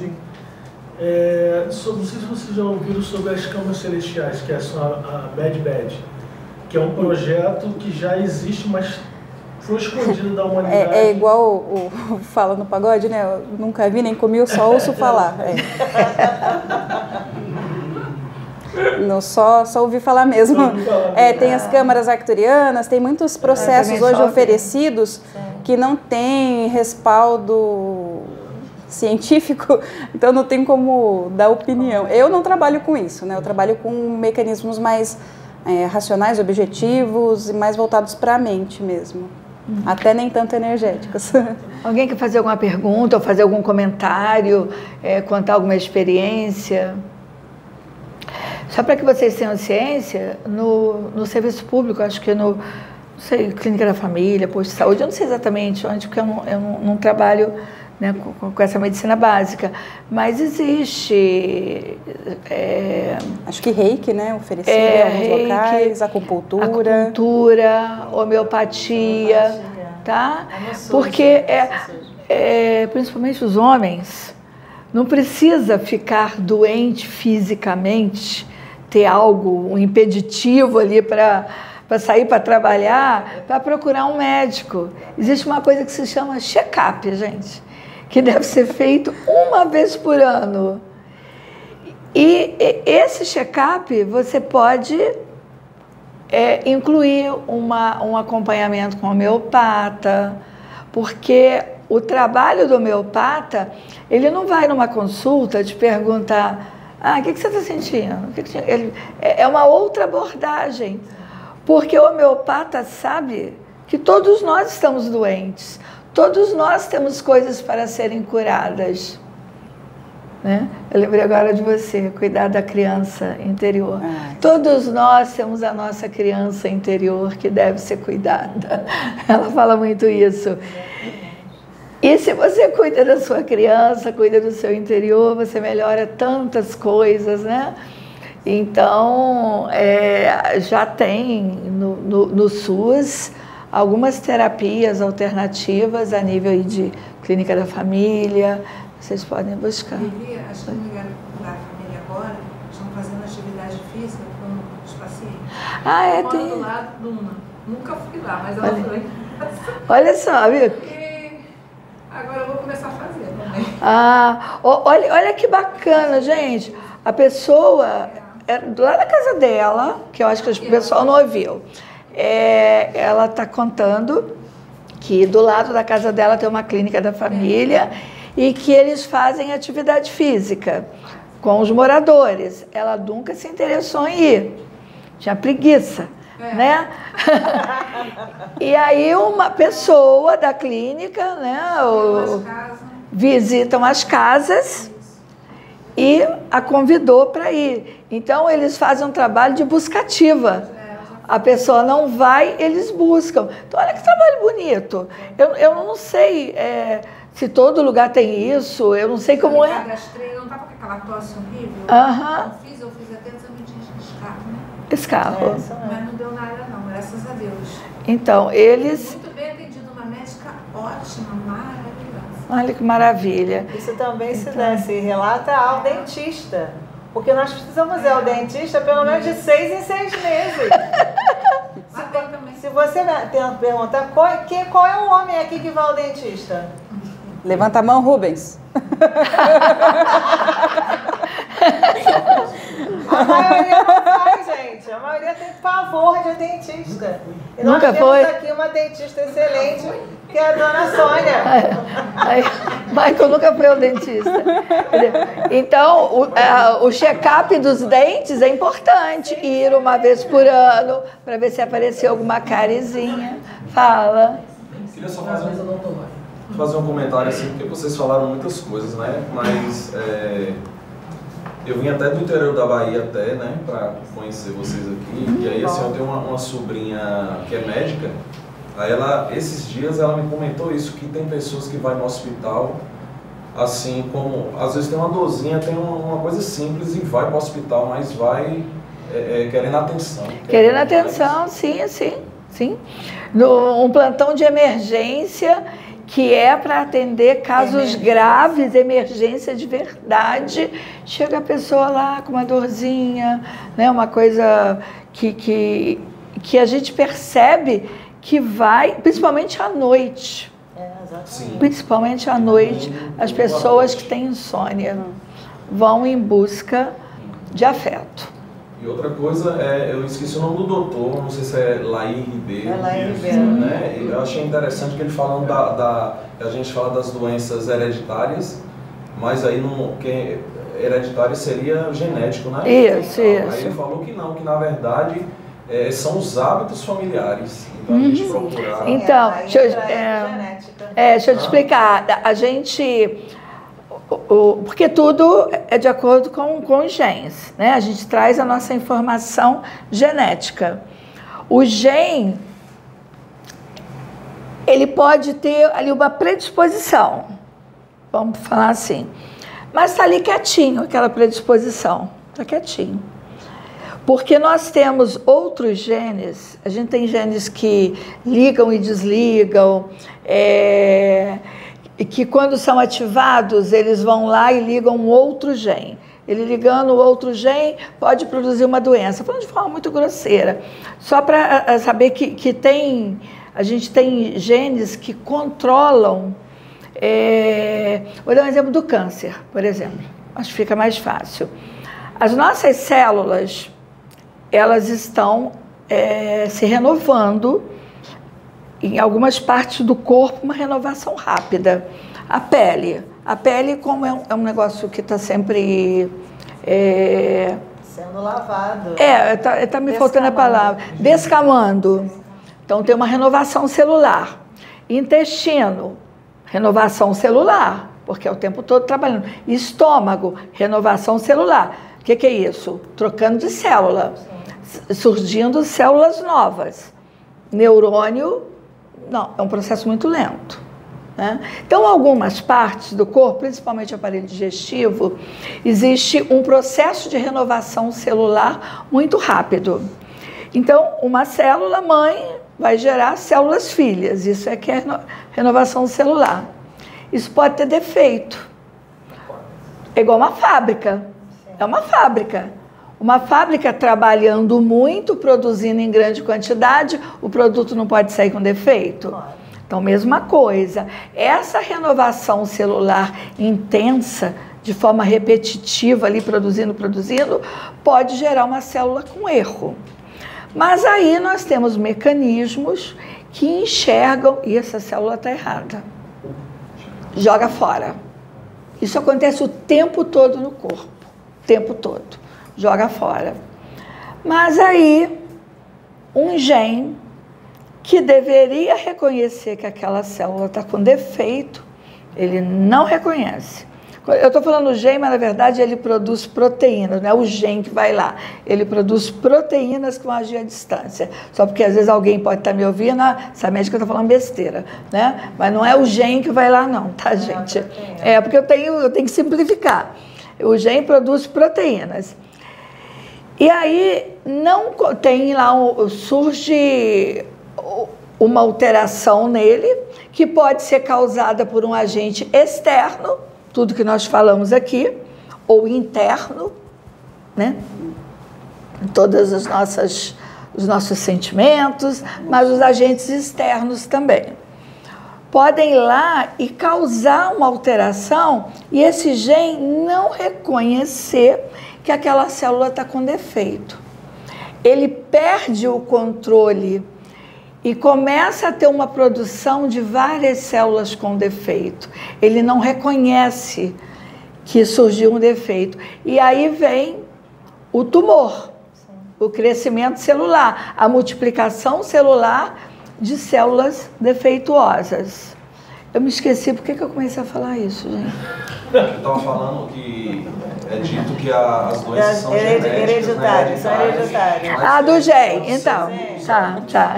Não sei se vocês já ouviram sobre as camas celestiais, que é a Bad Bad, que é um projeto que já existe, mas foi escondido da humanidade. É igual o Fala no Pagode, né? Eu nunca vi nem comi, eu só ouço falar. Só ouvi falar mesmo. Tem as câmaras arcturianas, tem muitos processos hoje oferecidos que não tem respaldo científico, então não tem como dar opinião. Eu não trabalho com isso, né? Eu trabalho com mecanismos mais racionais, objetivos e mais voltados para a mente mesmo. Até nem tanto energéticos. Alguém quer fazer alguma pergunta ou fazer algum comentário, contar alguma experiência? Só para que vocês tenham ciência, no serviço público, acho que não sei, Clínica da Família, Posto de Saúde, eu não sei exatamente onde, porque eu não trabalho, né, com essa medicina básica, mas existe... acho que reiki, né, oferecido em alguns locais, acupuntura, homeopatia, tá? Porque principalmente os homens, não precisa ficar doente fisicamente, ter algo, um impeditivo ali para sair para trabalhar, para procurar um médico. Existe uma coisa que se chama check-up, gente, que deve ser feito uma vez por ano. E esse check-up você pode incluir um acompanhamento com homeopata, porque o trabalho do homeopata, ele não vai numa consulta te perguntar, o que você está sentindo? É uma outra abordagem, porque o homeopata sabe que todos nós estamos doentes, todos nós temos coisas para serem curadas. Né? Eu lembrei agora de você, cuidar da criança interior. Todos nós temos a nossa criança interior que deve ser cuidada. Ela fala muito isso. E se você cuida da sua criança, cuida do seu interior, você melhora tantas coisas, né? Então, já tem no SUS algumas terapias alternativas a nível de Clínica da Família. Vocês podem buscar. Vivi, acho que no Clínica da Família agora estão fazendo atividade física com os pacientes. Eu moro do lado de uma. Nunca fui lá, mas ela foi. Olha só, viu? E agora eu vou começar a fazer também. Olha que bacana, gente. A pessoa, do lado da casa dela, que eu acho que o pessoal não ouviu, ela está contando que do lado da casa dela tem uma Clínica da Família e que eles fazem atividade física com os moradores. Ela nunca se interessou em ir, tinha preguiça, né? E aí uma pessoa da clínica, né, visitam as casas e a convidou para ir. Então eles fazem um trabalho de buscativa. A pessoa não vai, eles buscam. Então olha que trabalho bonito. Eu não sei se todo lugar tem isso, eu não sei como é. Cadastrei, não estava com aquela tosse horrível? Eu fiz até exame de escarro. Mas não deu nada não, graças a Deus. Então, eles... Muito bem atendido, uma médica ótima, maravilhosa. Olha que maravilha. Isso também se relata ao dentista. Porque nós precisamos ir ao dentista pelo menos de 6 em 6 meses. Se você perguntar qual é o homem aqui que vai ao dentista? Levanta a mão, Rubens. A maioria não vai, gente. A maioria tem pavor de dentista. E nós temos aqui uma dentista excelente, que é a dona Sônia. Michael nunca foi ao dentista. Então, o check-up dos dentes é importante. Ir uma vez por ano, para ver se apareceu alguma cárizinha. Fala. Queria só fazer um comentário assim, porque vocês falaram muitas coisas, né? Mas eu vim até do interior da Bahia né, para conhecer vocês aqui. E aí assim, eu tenho uma sobrinha que é médica. Aí esses dias ela me comentou isso, que tem pessoas que vai no hospital, assim como, às vezes tem uma dorzinha, tem uma coisa simples e vai para o hospital, mas vai querendo atenção. Querendo atenção, sim. Um plantão de emergência que é para atender casos graves, emergência de verdade. Chega a pessoa lá com uma dorzinha, né, uma coisa que a gente percebe que vai, principalmente à noite. Sim. Principalmente à noite, as pessoas que têm insônia vão em busca de afeto. E outra coisa, eu esqueci o nome do doutor, não sei se é Laí Ribeiro. É Laí Ribeiro. Né? Eu achei interessante que ele falando a gente fala das doenças hereditárias, mas aí que hereditário seria genético, né? Isso. Aí ele falou que não, que na verdade são os hábitos familiares. Então a gente procurar... Então, deixa eu te explicar. A gente... Porque tudo é de acordo com os genes, né? A gente traz a nossa informação genética. O gene, ele pode ter ali uma predisposição, vamos falar assim, mas está ali quietinho, aquela predisposição, está quietinho. Porque nós temos outros genes, a gente tem genes que ligam e desligam, e que quando são ativados, eles vão lá e ligam um outro gene. Ele ligando o outro gene pode produzir uma doença. Falando de forma muito grosseira. Só para saber que a gente tem genes que controlam... vou dar um exemplo do câncer, por exemplo. Acho que fica mais fácil. As nossas células, elas estão se renovando. Em algumas partes do corpo, uma renovação rápida. A pele, como é um negócio que está sempre... sendo lavado. Está me faltando a palavra. Descamando. Então, tem uma renovação celular. Intestino, renovação celular, porque é o tempo todo trabalhando. Estômago, renovação celular. O que é isso? Trocando de célula. Surgindo células novas. Neurônio... Não, é um processo muito lento. Né? Então, algumas partes do corpo, principalmente o aparelho digestivo, existe um processo de renovação celular muito rápido. Então, uma célula mãe vai gerar células filhas, isso é que é renovação celular. Isso pode ter defeito. É igual uma fábrica. É uma fábrica. Uma fábrica trabalhando muito, produzindo em grande quantidade, o produto não pode sair com defeito? Então, mesma coisa. Essa renovação celular intensa, de forma repetitiva, ali produzindo, pode gerar uma célula com erro. Mas aí nós temos mecanismos que enxergam, e essa célula está errada. Joga fora. Isso acontece o tempo todo no corpo. O tempo todo. Joga fora. Mas aí, um gene que deveria reconhecer que aquela célula está com defeito, ele não reconhece. Eu estou falando gene, mas na verdade ele produz proteínas, não é o gene que vai lá. Ele produz proteínas que vão agir à distância. Só porque às vezes alguém pode estar me ouvindo, essa médica está falando besteira, né? Mas não é o gene que vai lá não, tá, gente? Porque eu tenho que simplificar. O gene produz proteínas. E aí não tem lá, surge uma alteração nele que pode ser causada por um agente externo, tudo que nós falamos aqui, ou interno, né? Todos os nossos sentimentos, mas os agentes externos também. Podem ir lá e causar uma alteração e esse gene não reconhecer que aquela célula está com defeito. Ele perde o controle e começa a ter uma produção de várias células com defeito. Ele não reconhece que surgiu um defeito. E aí vem o tumor, o crescimento celular, a multiplicação celular de células defeituosas. Eu me esqueci, por que eu comecei a falar isso, gente? Eu estava falando que é dito que as doenças são hereditárias. São hereditárias. Do gene, então. Tá.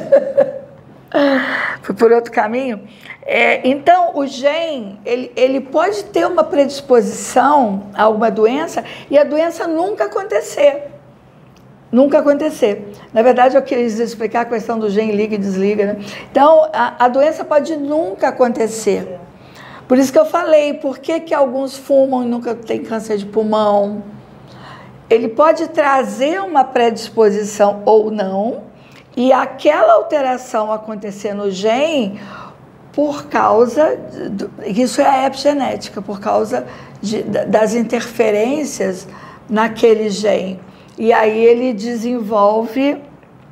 Fui por outro caminho. Então, o gene, ele pode ter uma predisposição a alguma doença e a doença nunca acontecer. Nunca acontecer. Na verdade, eu quis explicar a questão do gene liga e desliga, né? Então, a doença pode nunca acontecer. Por isso que eu falei, por que alguns fumam e nunca tem câncer de pulmão? Ele pode trazer uma predisposição ou não, e aquela alteração acontecer no gene por causa, isso é a epigenética, por causa das interferências naquele gene. e aí ele desenvolve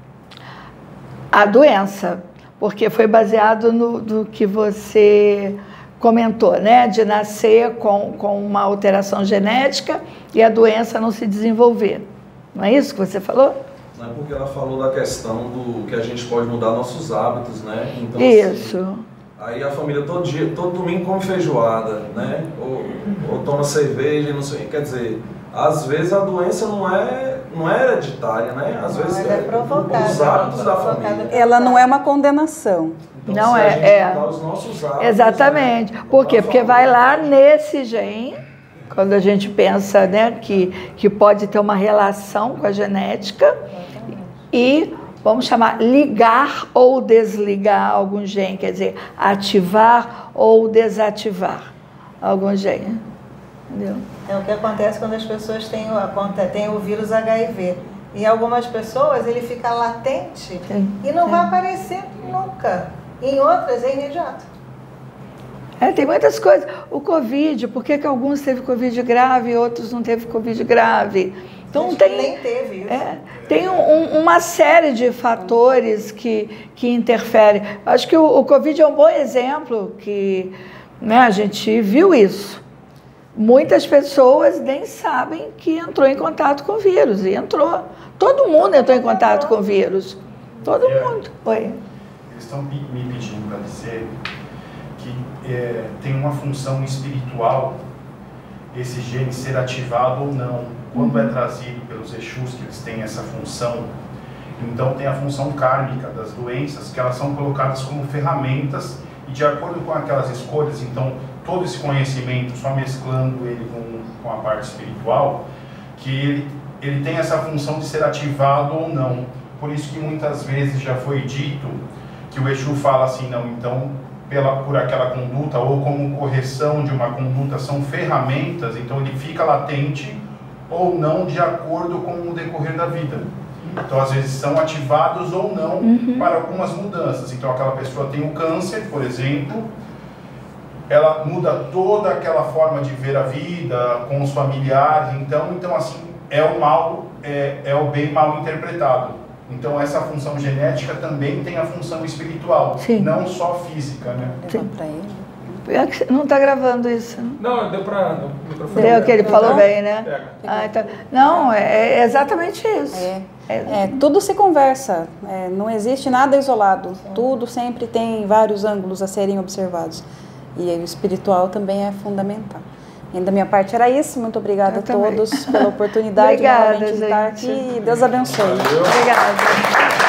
a doença, porque foi baseado no que você comentou, né? De nascer com uma alteração genética e a doença não se desenvolver. Não é isso que você falou? Não é porque ela falou da questão do que a gente pode mudar nossos hábitos, né? Então, isso. Assim, aí a família todo domingo come feijoada, né? Ou toma cerveja, não sei. Quer dizer, às vezes a doença não é hereditária, né? Às vezes é provocada. Os hábitos da família. Ela não é uma condenação. Então, não se é. a gente mudar os nossos hábitos, exatamente. Né? Por quê? Porque vai lá nesse gene, quando a gente pensa, né, que pode ter uma relação com a genética, e vamos chamar ligar ou desligar algum gene, quer dizer, ativar ou desativar algum gene. Entendeu? É o que acontece quando as pessoas têm o vírus HIV. Em algumas pessoas ele fica latente e não vai aparecer nunca. Em outras é imediato. Tem muitas coisas. O Covid, por que alguns teve Covid grave e outros não teve Covid grave? Então nem teve isso. Tem uma série de fatores que interferem. Acho que o Covid é um bom exemplo que, né, a gente viu isso. Muitas pessoas nem sabem que entrou em contato com o vírus. E entrou. Todo mundo entrou em contato com o vírus. Todo mundo. Oi. Eles estão me pedindo para dizer que tem uma função espiritual esse gene ser ativado ou não. Quando é trazido pelos Exus, que eles têm essa função, então tem a função kármica das doenças, que elas são colocadas como ferramentas e de acordo com aquelas escolhas, então todo esse conhecimento, só mesclando ele com a parte espiritual, que ele tem essa função de ser ativado ou não. Por isso que muitas vezes já foi dito que o Exu fala assim, não, então por aquela conduta ou como correção de uma conduta são ferramentas, então ele fica latente ou não de acordo com o decorrer da vida. Então às vezes são ativados ou não para algumas mudanças. Então aquela pessoa tem o câncer, por exemplo, ela muda toda aquela forma de ver a vida com os familiares, então assim é o mal, é o bem mal interpretado. Então essa função genética também tem a função espiritual, sim, não só física, né? Não está gravando isso. Não, deu para... Deu que ele falou bem, né? Então, não, é exatamente isso. Tudo se conversa, não existe nada isolado, tudo sempre tem vários ângulos a serem observados. E o espiritual também é fundamental. E da minha parte era isso. Muito obrigada a todos pela obrigada, de estar aqui. Deus abençoe. Obrigada.